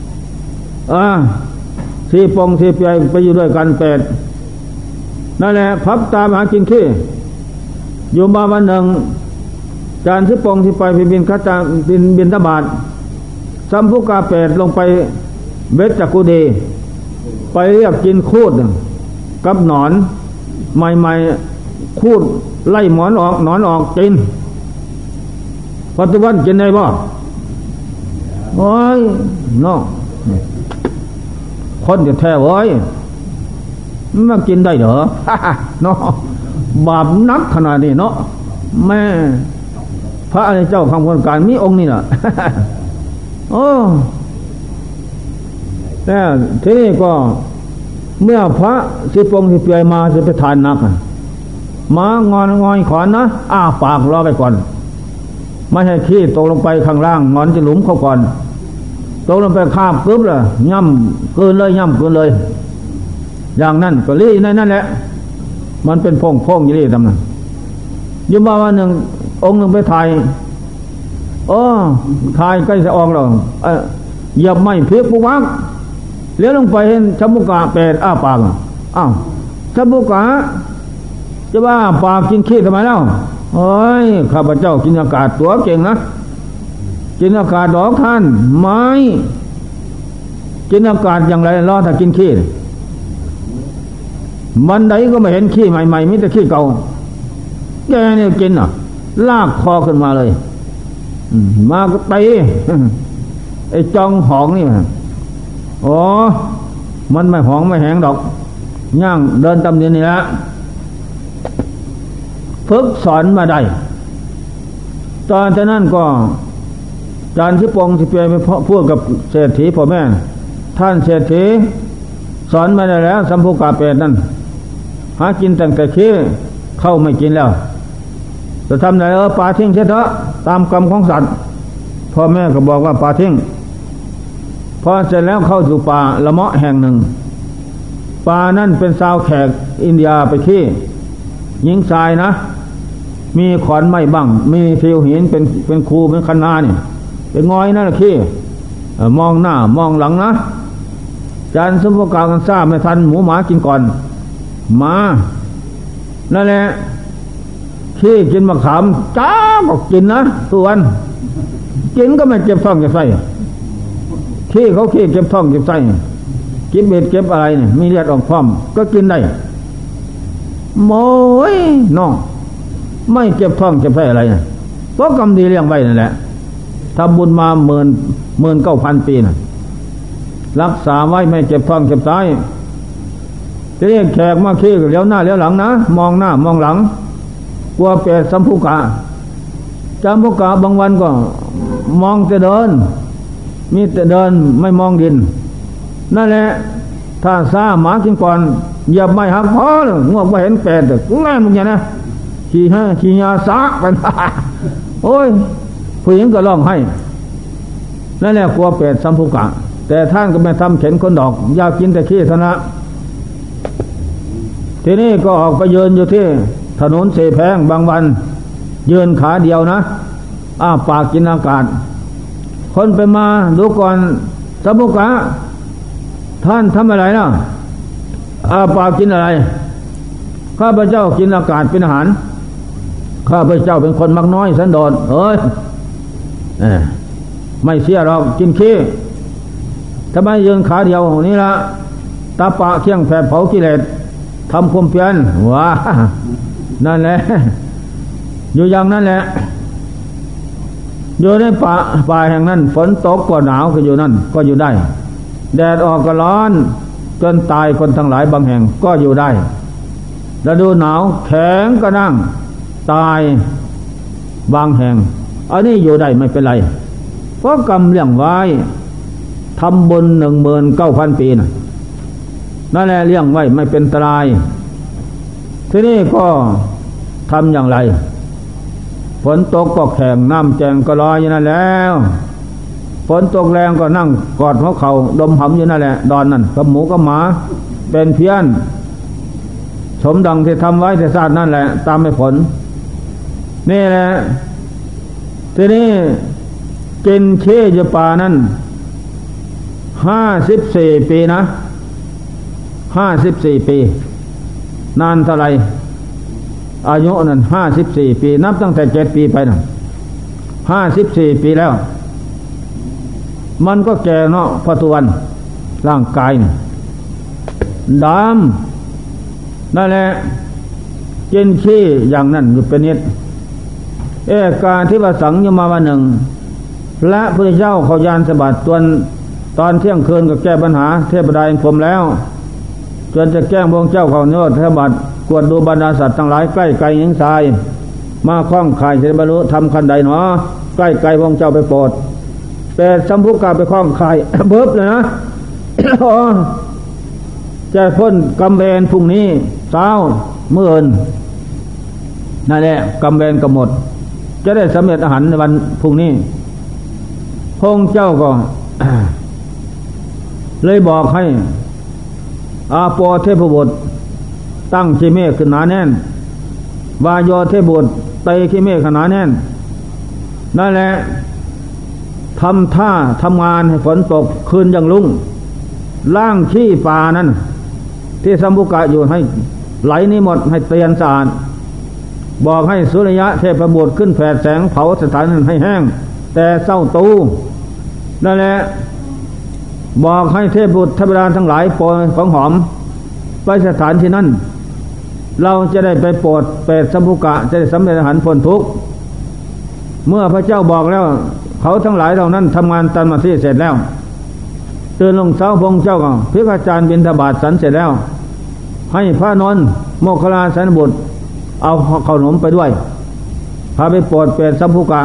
สีปองสีเปียไปอยู่ด้วยกัน8นั่นแหละพับตามหากินขี้อยู่มาวันหนึ่งจานสิปองสีไปบินคัตบินทบาทสัมภุกะ8ลงไปเวชจักกุดีไปเรียกกินคูดกับหนอนใหม่ๆคูดไล่หนอนออกกินปัจจุบันกินได้บ่โอ้ยน้องคนจะแท้เว้ยมันกินได้เหรอ เนาะบาปนักขนาดนี้เนาะแม่พระอริยเจ้าคำคนการมีองค์นี่น่ะ โอ้แต่ทีนี้ก็เมื่อพระสิปงสิเปียมาจะไปทานนักมางอยขอนนะปากรอไปก่อนไม่ให้ขี้ตกลงไปข้างล่างงอนจะหลุมเข้าก่อนตกลงไปคาบกึ๊บเลยย่ำเกินเลยย่ำเกินเลยอย่างนั้นก็รีในนั่นแหละมันเป็นพงอย่างนี้ทำนั้นยุบมาวันหนึ่งองค์หนึ่งไปถ่ายถ่ายใกล้จะออกแล้วเหยียบไม้เพียกปุ๊บวักเลี้ยวลงไปเห็นสัมภุกะ8ปากสัมภุกะจะว่าปากกินขี้ทำไมเล่าโอ้ยข้าพเจ้ากินอากาศตัวเก่งนะกินอากาศดอกท่านไม่กินอากาศอย่างไรรอถ้ากินขี้วันใดก็ไม่เห็นขี้ใหม่ๆมิแต่ขี้เก่าแกเนี่ยกินลากคอขึ้นมาเลยมาก็ตีไอ้จองหองนี่มันมันไม่หองไม่แหงดอกย่างเดินตำเนียนนี่ละฝึกสอนมาได้ตอนนั้นก็จานสิปองสิเปียไปพูดกับเศรษฐีพ่อแม่ท่านเศรษฐีสอนมาได้แล้วสัมภุกะ8นั่นหากินตั้งแต่ขี้เข้าไม่กินแล้วจะทำไหนปลาทิ้งเถอะตามกรรมของสัตว์พ่อแม่ก็บอกว่าปลาทิ้งพอเสร็จแล้วเข้าสู่ป่าละเมาะแห่งหนึ่งป่านั่นเป็นชาวแขกอินเดียไปขี้หญิงชายนะมีขอนไม้บ้างมีทิวหินเป็นคูเป็นคันนาเนี่ยเป็นงอยนั่นแหละขี้มองหน้ามองหลังนะจานสมภกากันซ่าไม่ทันหมูหมากินก่อนมานั่นแหละขี้กินมะขามจ้าก็กินนะทุกวันกินก็ไม่เจ็บท้องเจ็บไส้ขี้เขาขี้เจ็บท้องเจ็บไส้กินเบ็ดเก็บอะไรเนี่ยมีเลือดออกพร้อมก็กินได้โมยน้องไม่เจ็บท้องเจ็บไส้อะไรเนี่ยเพราะกรรมดีเลี้ยงไว้นั่นแหละทำบุญมา19,000 ปีน่ะรักษาไว้ไม่เจ็บท้องเจ็บไส้จะเรียกแขกมาขี้ก็เลี้ยวหน้าเลี้ยวหลังนะมองหน้ามองหลังกลัวเปรตสัมภุกะจำภุกะบางวันก็มองแต่เดินมีแต่เดินไม่มองดินนั่นแหละถ้าซ่าหมากินก่อนเหยียบไม่หักพอง่วงว่าเห็นแปดแต่แล่นมึงอย่างนี้ขี่ยาซากไปโอ้ยผู้หญิงก็ร้องให้นั่นแหละกลัวแปดสัมภุกะแต่ท่านก็ไม่ทำเข็นคนดอกอยากกินแต่ขี้เท่านั้นทีนี้ก็ออกไปยืนอยู่ที่ถนนเสแพงบางวันยืนขาเดียวนะปากกินอากาศคนไปมาดูก่อนสัมภุกะท่านทำอะไรนะปากกินอะไรข้าพเจ้ากินอากาศเป็นอาหารข้าพเจ้าเป็นคนมักน้อยสันโดษเอ้ยไม่เสียหรอกกินขี้ทำไมยืนขาเดียวนี่ละตาปะเคี่ยงแผดเผากิเลสทำความเพียรว้านั่นแหละอยู่อย่างนั้นแหละอยู่ในป่าแห่งนั้นฝนตกก็หนาวก็อยู่นั่นก็อยู่ได้แดดออกก็ร้อนจนตายคนทั้งหลายบางแห่งก็อยู่ได้ฤดูหนาวแข็งก็นั่งตายบางแห่งอันนี้อยู่ได้ไม่เป็นไรเพราะกรรมเลี้ยงไว้ทำบุญ19,000 ปีนะนั่นแหละเลี้ยงไว้ไม่เป็นอันตรายทีนี้ก็ทำอย่างไรฝนตกก็แข็งน้ำแจงก็ลอยอยู่นั่นแล้วฝนตกแรงก็นั่งกอดหัวเขาดมหำอยู่นั่นแหละดอนนั่นกับหมูกับหมาเป็นเพี้ยนสมดังที่ทำไว้ที่ศาสตร์นั่นแหละตามไม่ผลนี่แหละทีนี้กินเชี่ยป่านั้น54 ปีนะ54 ปีนานเท่าไรอายุนั้น54 ปีนับตั้งแต่7 ปีไปนะ54 ปีแล้วมันก็แก่เนาะพอตุวันร่างกายนี่ดำนั่นแหละกินขี้อย่างนั้นอยู่เป็นนิดการที่ว่าสังยมาวันหนึ่งและพระเจ้าเขายานสบัดตอนเที่ยงคืนก็แก้ปัญหาเทพดาแห่งพรหมแล้วจนจะแก้พระเจ้าเขาโนดสบัดกวดดูบรรดาสัตว์ทั้งหลายใกล้ไกลหญิงชายมาคล้องข่ายจะบรรลุทำคันใดหนอใกล้ไกลพระเจ้าไปโปรดแต่สัมภุกะไปคล้องข่ายเบิบเลยนะ จะพ้นกำเวรพรุ่งนี้เช้าเมื่อนั่นแหละกำเวรกำหนดจะได้สำเร็จอาหารในวันพรุ่งนี้พระเจ้าก็ เลยบอกให้อาโปเทพบุตรตั้งขี้เมฆขึ้นหนาแน่นวายโยเทพบุตรไตขี้เมฆขนาแน่นนั่นแหละทำท่าทำงานให้ฝนตกคืนยังลุ่งล้างขี้ป่านั้นที่สัมภุกะอยู่ให้ไหลนี้หมดให้เตียนสะอาดบอกให้สุริยะเทพบุตรขึ้นแผดแสงเผาสถานนั้นให้แห้งแต่เศร้าตูนั่นแหละบอกให้เทพบุตรเทพดาทั้งหลายโปรยของหอมไปสถานที่นั้นเราจะได้ไปโปรดเปรตสัมภุกะจะได้สำเร็จอาหารพ้นทุกข์เมื่อพระเจ้าบอกแล้วเขาทั้งหลายเหล่านั้นทำงานตามหน้าที่เสร็จแล้วตื่นลงเช้าพงเจ้าก็พิฆาจารย์บิณฑบาตสันเสร็จแล้วให้พระนนท์โมคคัลลาสันบุตรเอาขนมไปด้วยพาไปโปรดเปรตสัมภุกะ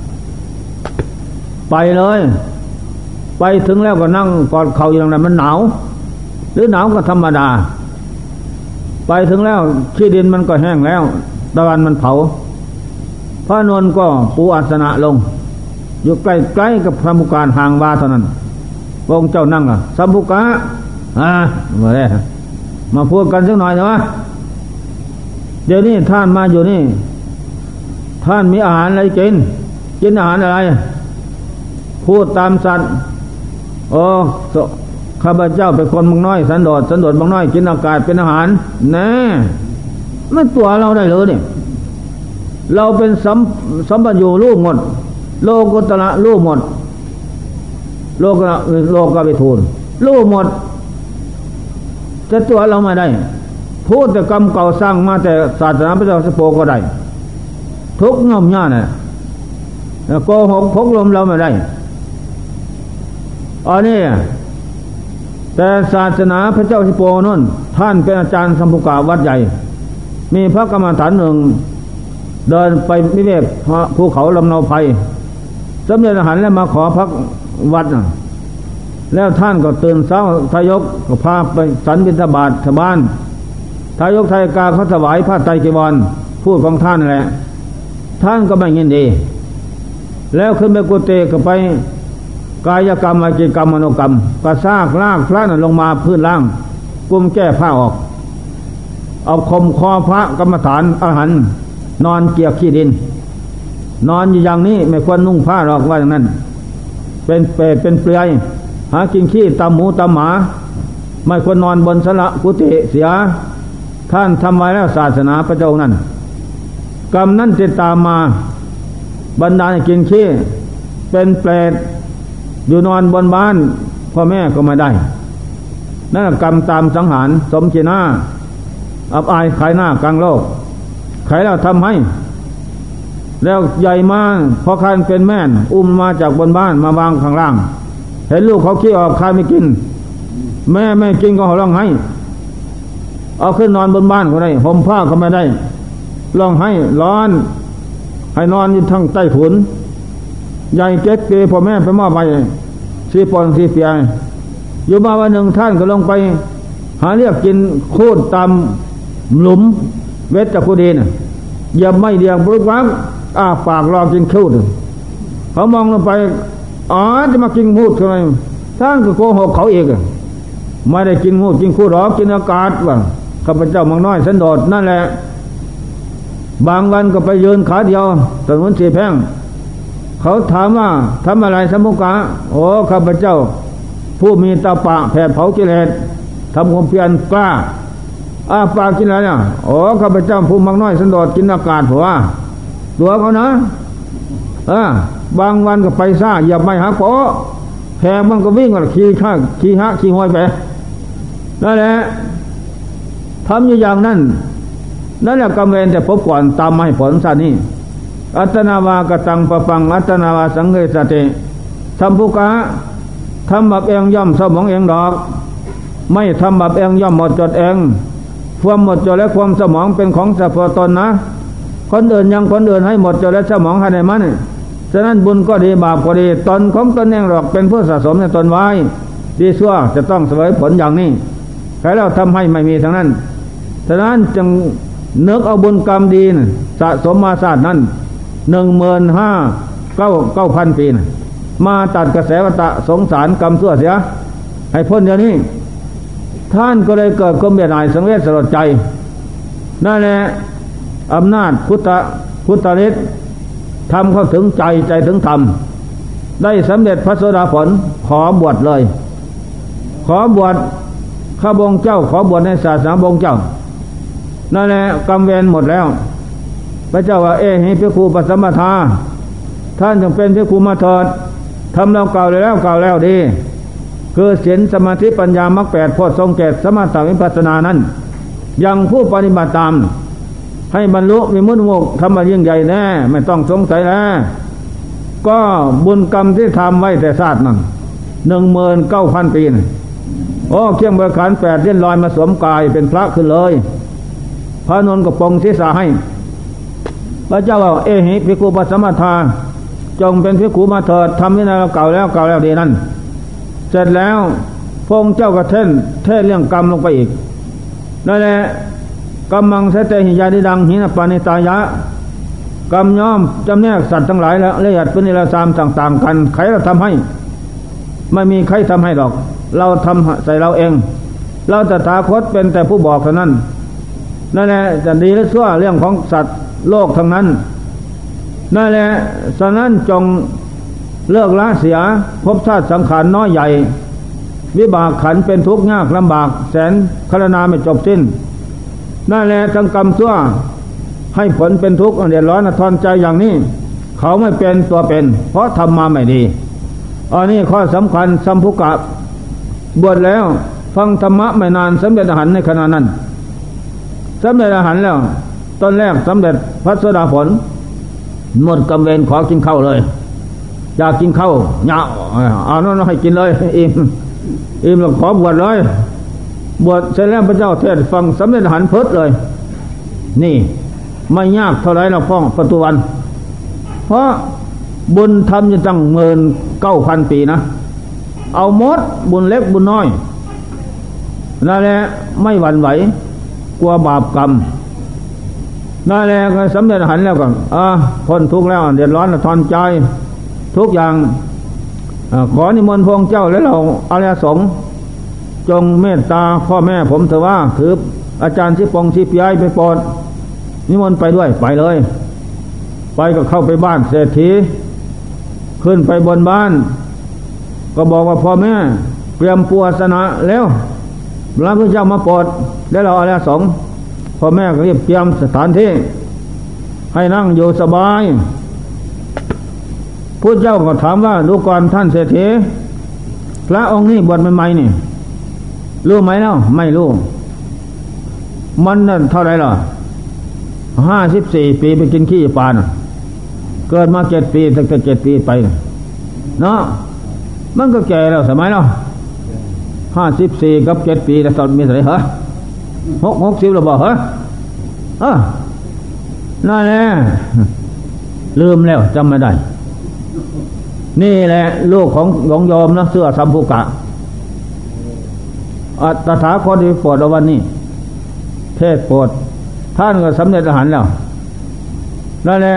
ไปเลยไปถึงแล้วก็นั่งกอดเข่าอย่างนั้นมันหนาวหรือหนาวก็ธรรมดาไปถึงแล้วขี้ดินมันก็แห้งแล้วตะวันมันเผาพระนนท์ก็ปูอาสนะลงอยู่ใกล้ๆกับพระมุการห่างวาเท่านั้นพระองค์เจ้านั่งล่ะสัมภุกะมาแล้วมาพูดกันสักหน่อยนะวะเดี๋ยวนี้ท่านมาอยู่นี่ท่านมีอาหารอะไรกินอาหารอะไรพูดตามสัตว์ข้าพเจ้าเป็นคนบางน้อยสันโดษบางน้อยกินอากาศเป็นอาหารแน่ไม่ตัวเราได้เลยเนี่ยเราเป็นสัมปัญญูรู้หมดโลกุตระรู้หมดโลกวิทูลรู้หมดจะตัวเราไม่ได้พูดแต่กรรมเก่าสร้างมาแต่ศาสนาพระเจ้าสโปก็ได้ทุกง่อมย่าเนี่ยโกหกพกลมเราไม่ได้อันนี้แต่ศาสนาพระเจ้าสโปนั่นท่านเป็นอาจารย์สัมภุกะวัดใหญ่มีพระกรรมฐานหนึ่งเดินไปวิเวกภูเขาลำเนาไพรสำเร็จอาหารแล้วมาขอพักวัดแล้วท่านก็ตื่นเช้าทายกก็พาไปสันบิณฑบาตชาวบ้านทายกไทยกาเขาถวายผ้าไตรจีวรพูดของท่านแหละท่านก็ไม่เงินดีแล้วขึ้นไปกุฏิก็ไปกายกรรมวจีกรรมมโนกรรมกระซากลากพระลงมาพื้นล่างกุมแก้ผ้าออกเอาคมคอพระกรรมฐานอาหารนอนเกียกขี้ดินนอนอยู่อย่างนี้ไม่ควรนุ่งผ้าหรอกว่าอย่างนั้นเป็นเปรตเป็นเปลือยหากินขี้ตามหมูตามหมาไม่ควรนอนบนสละกุฏิเสียท่านทำไว้แล้วศาสนาพระเจ้านั้นกรรมนั้นจะตามมาบรรดากินขี้เป็นเปรตอยู่นอนบนบ้านพ่อแม่ก็ไม่ได้นั่นกรรมตามสังหารสมขีหน้าอับอายขายหน้ากลางโลกใครแล้วทำให้แล้วใหญ่มากพอคันเป็นแม่นอุ้มมาจากบนบ้านมาวางข้างล่างเห็นลูกเขาขี้ออกใครไม่กินแม่ไม่กินก็ร้องไห้เอาขึ้นนอนบนบ้านก็ได้ห่มผ้าก็ไม่ได้ร้องไห้ร้อนให้นอนอยู่ทั้งใต้ถุนใหญ่เก๊กเกพ่อแม่ไปมอบไปซีปอนซีเปียอยู่มาวันหนึ่งท่านก็ลงไปหาเรียกกินโคตรตามหลุมเวทจักรดีน่ะอย่าไม่เดียงบริกวังปากรอกินคูดเขามองลงไปจะมากินมูดอะไรท่านก็โกหกเขาเองไม่ได้กินมูดกินคูดหรอกกินอากาศว่าข้าพเจ้ามังน้อยสันโดษนั่นแหละบางวันก็ไปยืนขาเดียวถนนสีแพงเขาถามว่าทำอะไรสมุกะข้าพเจ้าผู้มีตาปะแผดเผากิเลสทำความเพียรกล้าปากกินอะไรเนี่ยข้าพเจ้าผู้มังน้อยสันโดษกินอากาศผัวตัวเขานะบางวันก็ไปซ่าอย่าไม่หาขอแพงมันก็วิ่งก็ขี่ห้อยไปนั่นแหละทำอย่างนั้นนั่นแหละกรรมเวรแต่พบก่อนตามมาให้ผลสัตว์นี้อัตนาวากตังปะปังอัตนาวาสังเกสติทำผู้กะทำแบบเองย่อมสมองเองดอกไม่ทำแบบเองย่อมหมดจดเองความหมดจดและความสมองเป็นของเฉพาะตนนะคนอื่นยังคนอื่นให้หมดจดและสมองให้ในมันฉะนั้นบุญก็ดีบาปก็ดีตนของตนเองหรอกเป็นผู้สะสมในตนไว้ดีชั่วจะต้องเสวยผลอย่างนี้ใครแล้วทำให้ไม่มีทั้งนั้นฉะนั้นจึงนึกเอาบุญกรรมดีสะสมมาศาสตร์นั้น15,900 ปีมาตัดกระแสวัฏสงสารกรรมชั่วเสียให้พ้นเดี๋ยวนี้ท่านก็เลยเกิดความเบียดหน่ายสังเวชสลดใจนั่นแหละอำนาจพุทธฤทธิ์ทำเข้าถึงใจถึงธรรมได้สำเร็จพระโสดาผลขอบวชเลยขอบวชข้าพงเจ้าขอบวชในศาสนาพงเจ้านั่นแหละกรรมเวรหมดแล้วพระเจ้าว่าหิภิกขุปัสสัมปทาท่านจงเป็นภิกขุมาเถิดทำเราเก่าแล้วดีคือศีลสมาธิปัญญามรรค8โพชฌงค์7สมถะวิปัสสนานั้นยังผู้ปฏิบัติตามให้บรรลุวิมุตติโมกข์ทำมายิ่งใหญ่แน่ไม่ต้องสงสัยแล้วก็บุญกรรมที่ทำไว้แต่ชาตินั้น19,000 ปีเคียงเบิกขัน8เล่นลอยมาสวมกายเป็นพระขึ้นเลยพระนนท์ก็ปรงศีรษะให้พระเจ้าว่าหิภิกขุปัสสัมปทาจงเป็นภิกขุมาเถิดทำที่นั่นเราเก่าแล้วดีนั่นเสร็จแล้วพระองค์เจ้าก็เทศเรื่องกรรมลงไปอีกนั่นแหละกรรมังเสตหิยาดิดังหินปานิตายะกรรมย่อมจำแนกสัตว์ทั้งหลายละเอียดเป็นนิรสามต่างๆกันใครเราทำให้ไม่มีใครทำให้หรอกเราทำใส่เราเองเราตถาคตเป็นแต่ผู้บอกเท่านั้นนั่นแหละจะดีหรือชั่วเรื่องของสัตว์โลกทั้งนั้นนั่นแหละฉะนั้นจงเลิกละเสียภพชาติสังขารน้อยใหญ่วิบากขันเป็นทุกข์ยากลำบากแสนคารนาไม่จบสิ้นนั่นแหละทั้งกรรมชั่วให้ผลเป็นทุกข์เดือดร้อนทอนใจอย่างนี้เขาไม่เป็นตัวเป็นเพราะทำมาไม่ดีอันนี้ข้อสำคัญสัมภุกะบวชแล้วฟังธรรมะไม่นานสำเร็จอรหันต์ในขณะนั้นสำเร็จอรหันต์แล้วตอนแรกสำเร็จพระโสดาผลหมดกรรมเวรขอกินข้าวเลยอยากกินข้าวเนี่ยเอาโน่นให้กินเลยอิ่มแล้วขอบวชเลยบวชเสร็จแล้วพระเจ้าเทศฟังสำเร็จอรหันต์เพิดเลยนี่ไม่ยากเท่าไรเราฟ้องประตูวันเพราะบุญทำจะตั้ง19,000 ปีนะเอาหมดบุญเล็กบุญน้อยนั่นแหละไม่หวั่นไหวกลัวบาปกรรมนั่นแหละก็สำเร็จอรหันต์แล้วก็พ้นทุกข์แล้วเดือดร้อนทอนใจทุกอย่างขอนิมนต์พระองค์เจ้าและเราอริยสงฆ์จงเมตตาพ่อแม่ผมเถอะว่าถืออาจารย์ชิปองชิปย้ายไปโปรดนิมนต์ไปด้วยไปเลยไปก็เข้าไปบ้านเศรษฐีขึ้นไปบนบ้านก็บอกว่าพ่อแม่เตรียมปูอาสนะแล้วพระพุทธเจ้ามาโปรดแล้วเราอริยสงฆ์พ่อแม่ก็รีบเตรียมสถานที่ให้นั่งอยู่สบายพุทธเจ้าก็ถามว่าดูก่อนท่านเศรษฐีพระองค์นี้บวชใหม่ๆนี่รู้ไหมเนาะไม่รู้มันนั่นเท่าไรล่ะ54 ปีไปกินขี้ปลาเกิดมา7 ปีตั้งแต่7 ปีไปเนาะมันก็แก่แล้วสมัยเนาะ54กับ7 ปีแต่ตอนมีเท่าไหร่เหรอ60แล้วบ่เหรอนั่นแหละลืมแล้วจำไม่ได้นี่แหละลูกของหลวงโยมนะเสื้อสัมภุกะตถาคตที่โปรดวันนี้เทศโปรดท่านก็สำเร็จอรหันต์แล้วนั่นแหละ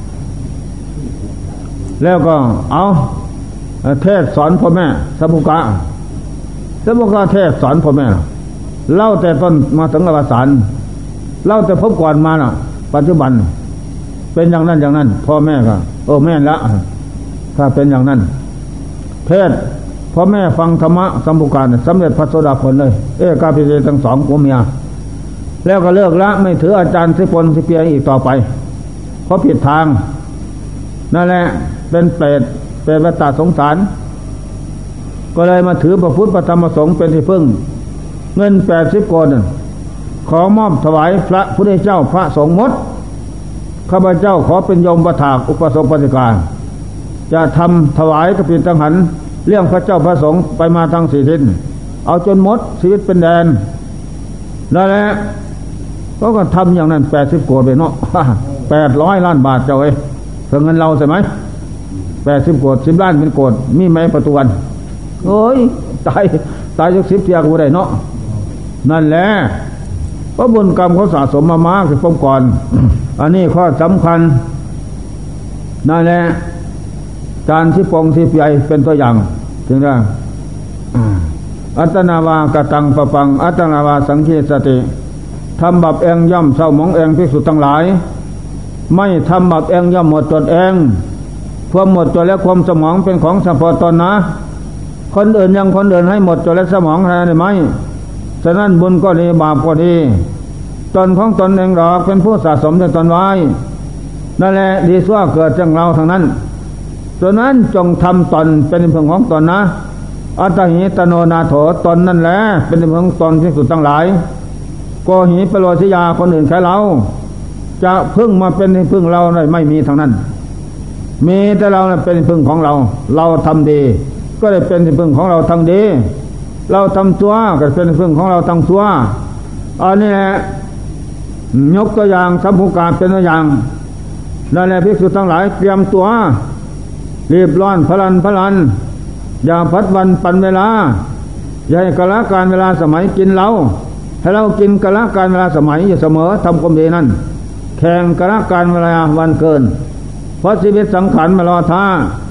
แล้วก็เอาเทศสอนพ่อแม่สัมภุกะเทศสอนพ่อแม่เล่าแต่ต้นมาถึงอวสานเล่าแต่พบก่อนมาน่ะปัจจุบันเป็นอย่างนั้นพ่อแม่ก็แม่นละถ้าเป็นอย่างนั้นเทศพ่อแม่ฟังธรรมะสัมภุกะสำเร็จพระโสดาผลเลยกาภิเษทั้ง2ผัวเมียแล้วก็เลิกละไม่ถืออาจารย์สิปนสิเปียอีกต่อไปเพราะผิดทางนั่นแหละเป็นเปรตวัฏฏะสงสารก็เลยมาถือพระพุทธพระธรรมพระสงฆ์เป็นที่พึ่งเงิน80 โกฏขอมอบถวายพระพุทธเจ้าพระสงฆ์หมดข้าพเจ้าขอเป็นโยมประถากอุปสมบทการจะทำถวายกฐินตังหันเรื่องพระเจ้าพระสงฆ์ไปมาทั้ง4 ทิศเอาจนหมดชีวิตเป็นแดนนั่นแหละก็ทำอย่างนั้น80 โกฏไปเนาะ800 ล้านบาทเจ้าเพื่อเงินเราใช่ไหม80 โกฏ10 ล้านเป็นโกฏมีไหมประตูวันตายจาก10 เที่ยก็ได้เนาะนั่นแหละเพราะบุญกรรมเขาสะสมมาคือฟ้องก่อนอันนี้ข้อสำคัญนั่นแหละจานที่ปองที่ใหญ่เป็นตัวอย่างถึงได้อัตนาวากตังปะปังอัตนาวาสังคีสติทำบาปเองย่อมเศร้าหมองเองภิกษุทั้งหลายไม่ทำบาปเองย่อมหมดจดเองความหมดจดและความสมองเป็นของเฉพาะตนนะคนอื่นยังคนอื่นให้หมดจดและสมองได้ไหมฉะนั้นบุญก็ดีบาปก็ดีตนของตนเองหรอกเป็นผู้สะสมในตนไว้นั่นแหละดีชั่วเกิดจากเราทั้งนั้นฉะนั้นจงทำตนเป็นเพื่อนของตนนะอัตหิตโนนาโถตนนั่นแหละเป็นเพื่อนของตนที่สุดทั้งหลายโกหิปโลสิยาคนอื่นแค่เราจะพึ่งมาเป็นพึ่งเราไม่มีทั้งนั้นมีแต่เราเป็นพึ่งของเราทำดีก็ได้เป็นพึ่งของเราทั้งดีเราทำชั่วก็เป็นพึ่งของเราทั้งชั่วอันนี้แหละยกตัวอย่างสัมภุกะเป็นตัวอย่างนั่นแหละภิกษุทั้งหลายเตรียมตัวรีบร้อนพลันอย่าพัดวันปันเวลาอย่าให้กะละการเวลาสมัยกินเราให้เรากินกะละการเวลาสมัยอยู่เสมอทำความดีนั่นแข่งกะละการเวลาวันเกินเพราะชีวิตสังขารมารอท่าใ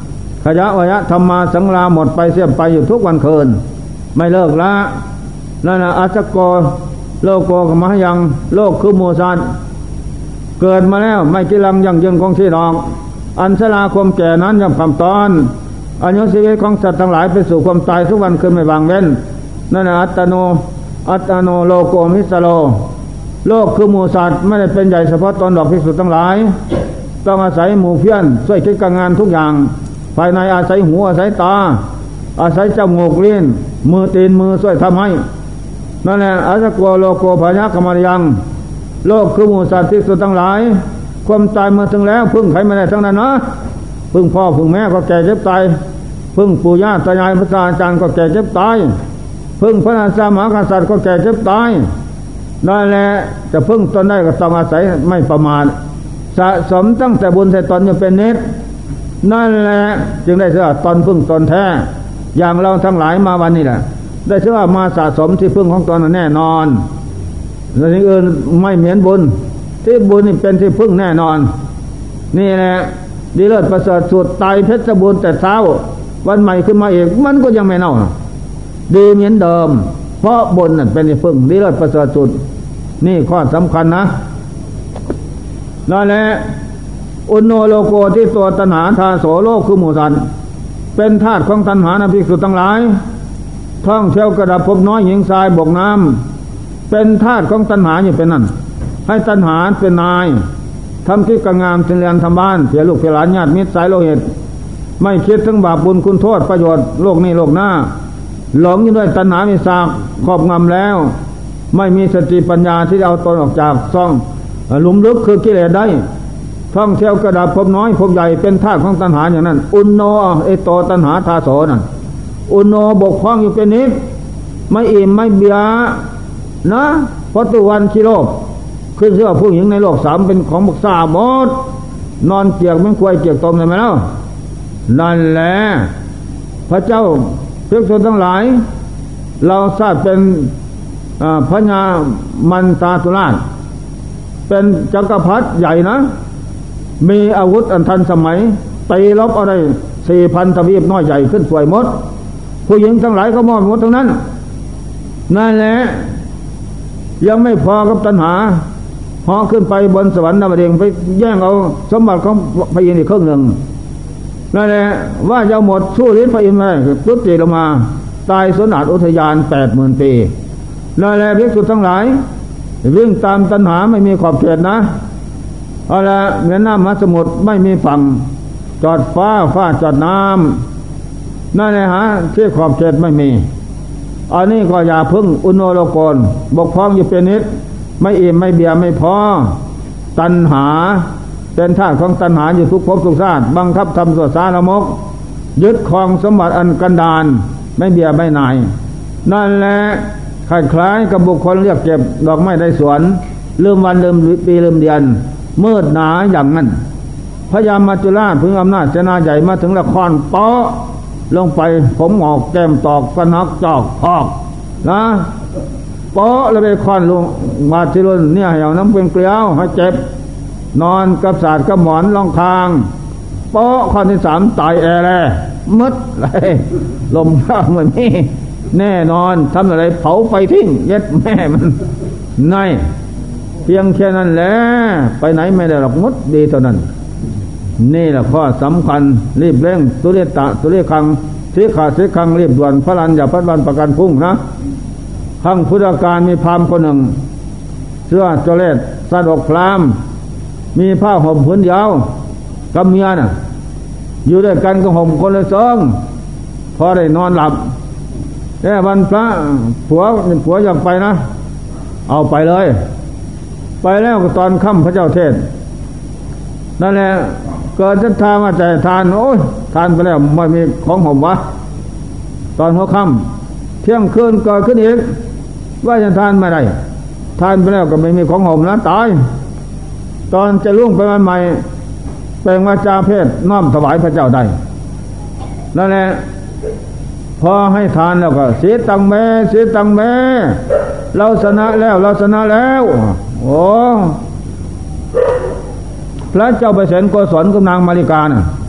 ขยะวยะธรรมาสังราหมดไปเสียไปอยู่ทุกวันคืนไม่เลิกละนั่นนะอาสโกโลโกขมหยังโลกคือหมู่สัตว์เกิดมาแล้วไม่กิรังยั่งยืนของที่ดอกอันชราความแก่นั้นย่อมคำตอนอายุชีวิตของสัตว์ทั้งหลายไปสู่ความตายทุกวันคืนไม่บางเว้นนั่นนะอัตโนโลโกมิสโลโลกคือหมู่สัตว์ไม่ได้เป็นใหญ่เฉพาะตนดอกภิกษุทั้งหลายต้องอาศัยหมู่เพี้ยนช่วยคิดการงานทุกอย่างภายในอาศัยหูอาศัยตาอาศัยจมูกลิ้นมือตีนมือช่วยทำให้นั่นแหละอาสโกโลโกภายะกรรมยังโลกคือหมู่สัตว์ภิกษุทั้งหลายความตายเมื่อถึงแล้วพึ่งใครไม่ได้ทั้งนั้นนะพึ่งพ่อพึ่งแม่ก็แก่เจ็บตายพึ่งปู่ย่าตายายพระอาจารย์ก็แก่เจ็บตายพึ่งพระราชามหากษัตริย์ก็แก่เจ็บตายนั่นแหละจะพึ่งตนได้ก็ต้องอาศัยไม่ประมาทสะสมตั้งแต่บุญใส่ตนยังเป็นนิดนั่นแหละจึงได้เชื่อตนพึ่งตนแท้อย่างเราทั้งหลายมาวันนี้แหละได้เชื่อมาสะสมที่พึ่งของตนแน่นอนและสิ่งอื่นไม่เหมือนบุญที่บุญนี่เป็นที่พึ่งแน่นอนนี่แหละดีเลิศประเสริฐสุดตายเพชรบุญแต่เช้าวันใหม่ขึ้นมาอีกมันก็ยังไม่เน่าดีเหมือนเดิมเพราะบุญนั่นเป็นที่พึ่งดีเลิศประเสริฐสุดนี่ข้อสำคัญนะนั่นแหละอุณโนโลโกที่ตัวตัณหาทาโสโลกคือหมู่สัตว์เป็นธาตุของตัณหานะภิกษุทั้งหลายท่องเที่ยวกระดับพบน้อยหญิงทรายบกน้ำเป็นธาตุของตัณหาอยู่เป็นนั่นให้ตัณหาเป็นนายทำที่กงามเจริญทำบ้านเสียลูกเสียหลานญาติมิตรสายโลหิตไม่คิดถึงบาปบุญคุณโทษประโยชน์โลกนี้โลกหน้าหลงอยู่ด้วยตัณหาวิสาครอบงำแล้วไม่มีสติปัญญาที่จะเอาตนออกจากซ่องหลุมลึกคือกิเลสได้ท่องเที่ยวกระดับพบน้อยพบใหญ่เป็นธาตุของตัณหาอย่างนั้นอุณโนเอโตตัณหาทาโสนั่นอุณโนบกพร่องอยู่เป็นนิดไม่อิ่มไม่เบียนะเพราะตัววันกิโลขึ้นเชื่อผู้หญิงในโลกสามเป็นของบักษาหมดนอนเกียกไม่ควายเกียกตมเลยไหมเล่านั่นแหละพระเจ้าภิกษุทั้งหลายเราทราบเป็นพญามันตาตุราชเป็นจักรพรรดิใหญ่นะมีอาวุธอันทันสมัยตีรบอะไร4,000 ทวีปน้อยใหญ่ขึ้นสวยหมดผู้หญิงทั้งหลายก็มอบหมดทั้งนั้นนั่นแหละยังไม่พอกับตัณหาพอขึ้นไปบนสวรรค์นรกไปแย่งเอาสมบัติของพระอินทร์อีกครึ่งหนึ่งนั่นแหละว่าจะหมดสู้ฤทธิ์พระอินทร์ไม่ได้ตุติลงมาตายสนาถอุทยาน 80,000 ปีนั่นแหละภิกษุทั้งหลายวิ่งตามตัณหาไม่มีขอบเขตนะเอาละเหมือนน้ำมหาสมุทรไม่มีฝั่งจอดฟ้าจอดน้ำนั่นแหละฮะที่ขอบเขตไม่มีอันนี้ก็อย่าพึ่งอุณโนโลโกนบกพร่องอยู่เป็นนิดไม่อิ่มไม่เบียไม่พอตัณหาเป็นธาตุของตัณหาอยู่ทุกภพทุกชาติบังคับทำสัวสารมกยึดครองสมบัติอันกันดารไม่เบียไม่นายนั่นแหละคล้ายๆกับบุคคลเรียกเก็บดอกไม้ในสวนลืมวันลืมปีลืมเดือนมืดหนาอย่างนั้นพญามัจจุราชพึงอำนาจเสนาใหญ่มาถึงละครเปาะลงไปผมหงอกแก้มตอกฟันหักจอกออกนะเปาะแล้วไปคอนลงมาที่รุ่นเนี่ยเหี่ยวน้ำเป็นเกลียวให้เจ็บนอนกับศาสตร์กับหมอนรองคางเปาะข้อที่3ตายแอร์แลมืดเลยลมข้างเหมือนนี่แน่นอนทำอะไรเผาไฟทิ้งเย็ดแม่มันในเพียงแค่นั้นแหละไปไหนไม่ได้หรอกมุดดีเท่านั้นนี่แหละข้อสำคัญรีบเร่งตุเรตะตุเรคังสีขาสีคังรีบด่วนพระลันอย่าพัดวันประกันพุ่งนะข้างพุทธการมีพราหมณ์คนหนึ่งเสื้อโจเลตสะดอกพราหมณ์มีผ้าห่มผืนยาวกับเมียน่ะอยู่ด้วยกันก็ห่มคนละซองพอได้นอนหลับแต่วันพระผัวอยากไปนะเอาไปเลยไปแล้วตอนค่ำพระเจ้าเทศนั่นแหละเกิดศรัทธามาแต่ทานโอ้ยทานไปแล้วไม่มีของห่มวะตอนหัวค่ำเที่ยงคืนเกิดขึ้นอีกว่าจะทานไม่ได้ทานไปแล้วก็ไม่มีของห่มนะตายตอนจะล่วงไปวันใหม่แปลงวาจาเพศน้อมถวายพระเจ้าได้นั่นแหละพอให้ทานแล้วก็เสียตังแม่เราชนะแล้วโอ้พระเจ้าไปเสนโกศลกับนางมาริกาน่ะ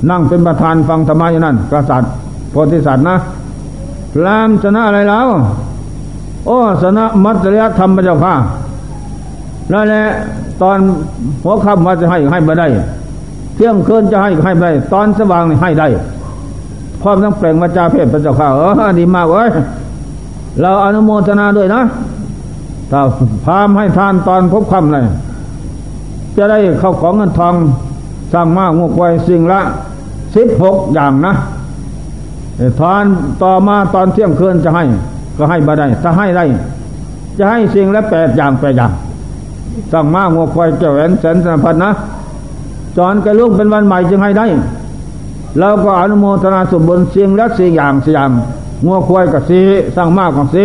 นั่งเป็นประธานฟังธรรมะอยู่นั่นกษัตริย์โพธิสัตว์นะพราหมณ์ชนะอะไรแล้วโอ้ชนะมัจจริยธรรมพระเจ้าค่ะนั่นแหละตอนหัวค่ำว่าจะให้ไม่ได้เที่ยงคืนจะให้ไม่ได้ตอนสว่างให้ได้พร้อมทั้งเปล่งวาจาเพศพระเจ้าค่ะดีมากเว้ยเราอนุโมทนาด้วยนะถ้าพามให้ทานตอนพบค่ำเลยจะได้เข้าของเงินทองสร้างม้างูควายสิ่งละ16อย่างนะทานต่อมาตอนเที่ยงคืนจะให้ก็ให้มาได้ถ้าให้ได้จะให้สิ่งละ8 อย่างสร้างม้างูควายแก้วแหวนแสนสารพัดนะจอนกระลุกเป็นวันใหม่จึงให้ได้เราก็อนุโมทนาส่วนบุญสิ่งละ4 อย่างงัวควายกับ4สร้างม้ากับ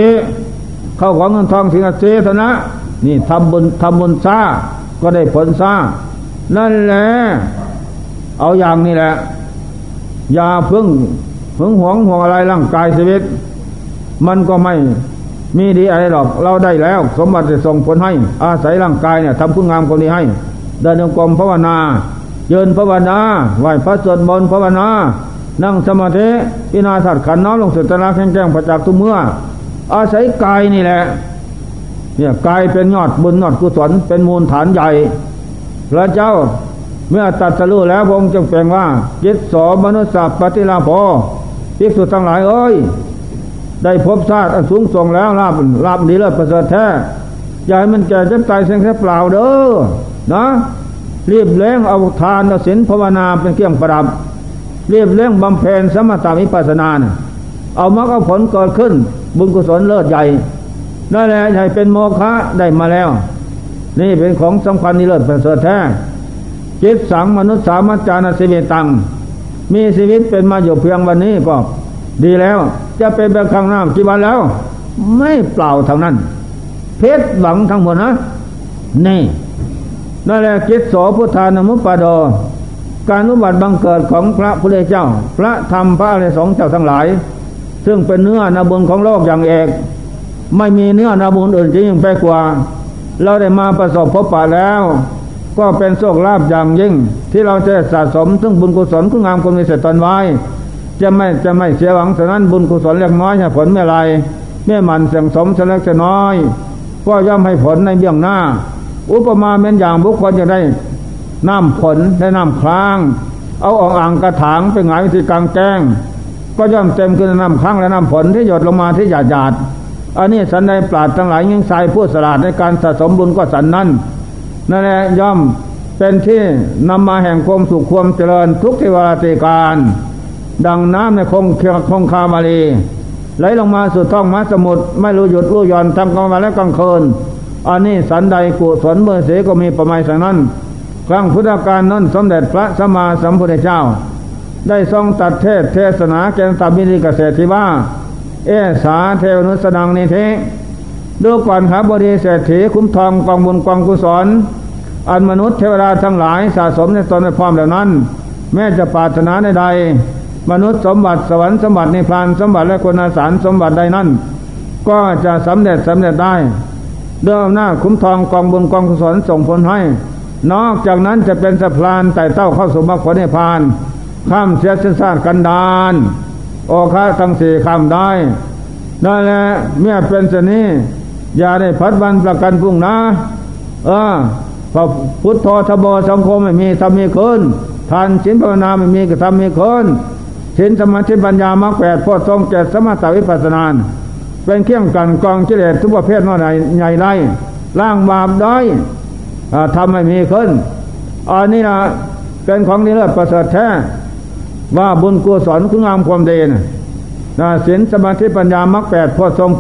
4เข้าของเงินทองสิ่งละ4เท่านั้นนี่ทำบุญซ่าก็ได้ผลซ่านั่นแหละเอาอย่างนี้แหละอย่าพึ่งหวงอะไรร่างกายชีวิตมันก็ไม่มีดีอะไรหรอกเราได้แล้วสมบัติจะส่งผลให้อาศัยร่างกายเนี่ยทำคุณงามความดีให้เดินจงกรมภาวนายืนภาวนาไหว้พระสวดมนต์ภาวนานั่งสมาธิพิจารณาธาตุขันธ์น้อมลงสู่ตระแจ้งประจักษ์ทุกเมื่ออาศัยกายนี่แหละเนี่ยกายเป็นยอดบุญยอดกุศลเป็นมูลฐานใหญ่พระเจ้าเมื่อตรัสรู้แล้วพระองค์จึงแปลงว่าจิตโสมนุสสะปฏิลาภภิกษุทั้งหลายเอ้ยได้พบชาติอันสูงส่งแล้วลาภดีเลิศประเสริฐแท้อย่าให้มันแก่เจ็บตายเสียงแค่เปล่าเด้อนะรีบเร่งเอาทานเอาศีลภาวนาเป็นเครื่องประดับรีบเร่งบำเพ็ญสมถะวิปัสสนาเอามรรคเอาผลเกิดขึ้นบุญกุศลเลิศใหญ่นั่นแหละให้เป็นโมฆะได้มาแล้วนี่เป็นของสำคัญนี่เลิศประเสริฐแท้จิตสังมนุษย์สามัจจานาสิเวตังมีชีวิตเป็นมาอยู่เพียงวันนี้ก็ดีแล้วจะเป็นแบบข้างหน้ากี่วันแล้วไม่เปล่าเท่านั้นเพชรหวังทั้งหมดนะนี่นั่นแหละจิตโสพุทธานุมุปปาโดการอุบัติบังเกิดของพระพุทธเจ้าพระธรรมพระอริยสงฆ์เจ้าทั้งหลายซึ่งเป็นเนื้อนาบุญของโลกอย่างเอกไม่มีเนื้อนาบุญอื่นยิ่งไปกว่าเราได้มาประสบพบปะแล้วก็เป็นโชคลาภอย่างยิ่งที่เราจะสะสมซึ่งบุญกุศลคุณงามความดีเสร็จตนไว้จะไม่เสียหวังฉะนั้นบุญกุศลเล็กน้อยให้ผลไม่ไรเมื่อมันเสี่ยงสมเล็กน้อยก็ย่อมให้ผลในเบื้องหน้าอุปมาเป็นอย่างบุคคลจะได้น้ำผลได้น้ำค้างเอาอ่างกระถางไปหงายที่กลางแจ้งก็ย่อมเต็มขึ้นน้ำค้างและน้ำผลที่หยดลงมาที่หยาดอันนี้สันใดปราดทั้งหลายยิ่งใส่ผู้สลาดในการสะสมบุญก็สันนั้นนั่นแหละย่อมเป็นที่นำมาแห่งความสุขความเจริญทุกเทวราติการดังน้ำในคงคามาลีไหลลงมาสู่ท้องมหาสมุทรไม่รู้หยุดรู้หย่อนทำกลางวันและกลางคืนอันนี้สันใดกุศลเมื่อเสก็มีประมาณสังนั้นครั้งพุทธกาลนั้นสมเด็จพระสัมมาสัมพุทธเจ้าได้ทรงตรัสเทศนาแก่สัพพิติเกษตรที่ว่าสาเทวนุสนังนิเทดูก่อนครับบดีเศรษฐีคุ้มทองกองบุญกองกุศลอันมนุษย์เทวดาทั้งหลายสะสมในตนในพร้อมเหล่านั้นแม้จะปรารถนาใดมนุษย์สมบัติสวรรค์สมบัตินิพพานสมบัติและคุณสารสมบัติใดนั้นก็จะสำเร็จได้ด้วยอำนาจคุ้มทองกองบุญกองกุศลส่งผลให้นอกจากนั้นจะเป็นสะพานไต่เต้าเข้าสู่มรรคผลนิพพานข้ามเสียสิ้นซากกันดารโอคะทั้ง4ข้ามได้นั่นแหละเมื่อเป็นเช่นนี้อย่าได้พัดวันประกันพรุ่งนะพระพุทโธทโบสังโฆไม่มีทำมีคืนทานศีลภาวนาไม่มีก็ทำมีคืนศีลสมาธิปัญญามรรค8โพชฌงค์7สมถะวิปัสสนาเป็นเครื่องกันกองกิเลสทุกประเภทน้อยใหญ่ได้ล้างบาปได้ทำไม่มีขึ้นอันนี้นะเป็นของดีเลิศประเสริฐแท้ว่าบุญกุศลคุณงามความดีศีลสมาธิปัญญามรรค8โพชฌงค์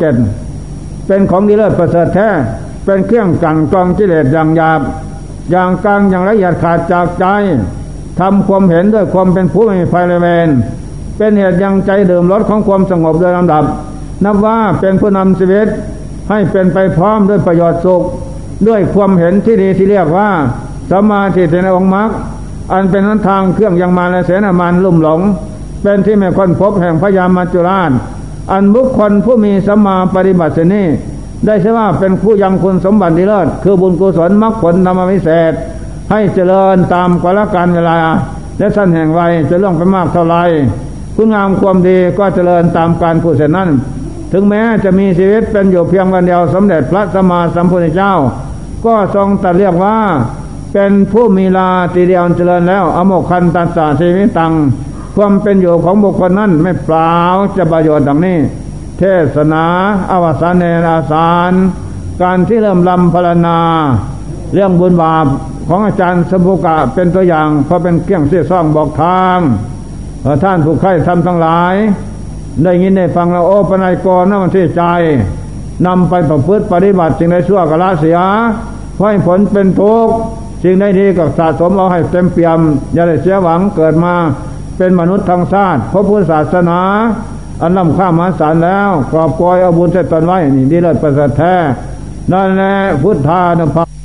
7เป็นของดีเลิศประเสริฐแท้เป็นเครื่องกันกองกิเลสอย่างหยาบอย่างกลางอย่างละเอียดขาดจากใจทำความเห็นด้วยความเป็นผู้ไม่มีภัยเลยเวรเป็นเหตุยังใจดื่มรสของความสงบโดยลำดับนับว่าเป็นผู้นำชีวิตให้เป็นไปพร้อมด้วยประโยชน์สุขด้วยความเห็นที่ดีที่เรียกว่าสัมมาทิฏฐิในองค์มรรคอันเป็นหนทางเครื่องยังมารและเสนามารลุ่มหลงเป็นที่ไม่ค้นพบแห่งพยามัจจุราชอันบุคคลผู้มีสัมมาปฏิบัตินี้ได้ชื่อว่าเป็นผู้ยังคุณสมบัติดีเลิศคือบุญกุศลมรรคผลธรรมวิเศษให้เจริญตามกาลการเวลาและสั้นแห่งวัยจะล่วงไปมากเท่าไรคุณงามความดีก็เจริญตามการพูดเช่นนั้นถึงแม้จะมีชีวิตเป็นอยู่เพียงวันเดียวสมเด็จพระสัมมาสัมพุทธเจ้าก็ทรงตรัสเรียกว่าเป็นผู้มีลาตีเดียวเจริญแล้วอโมคันตัสสะชีวิตังความเป็นอยู่ของบุคคลนั้นไม่เปล่าจะประโยชน์ดังนี้เทศนาอวสานเนอาสารการที่เริ่มลำพรรณนาเรื่องบุญบาปของอาจารย์สมภุกะเป็นตัวอย่างเพราะเป็นเครื่องเสี่ยซ่องบอกทางท่านผู้ใคร่ทำทั้งหลายได้ยินได้ฟังแล้วโอ้ปนัยกรนะมันที่ใจนำไปประพฤติปฏิบัติสิ่งใดชั่วก็ละเสียเพราะผลเป็นทุกข์สิ่งใดดีก็สะสมเอาให้เต็มเปี่ยมอย่าได้เสียหวังเกิดมาเป็นมนุษย์ทางชาติเพราะพุทธศาสนาอันล้ำค่ามหาศาลแล้วกอบกอยเอาบุญใส่ตนไว้นี่ดีเลิศประเสริฐแท้นั่นแหละพุทธานุภาพ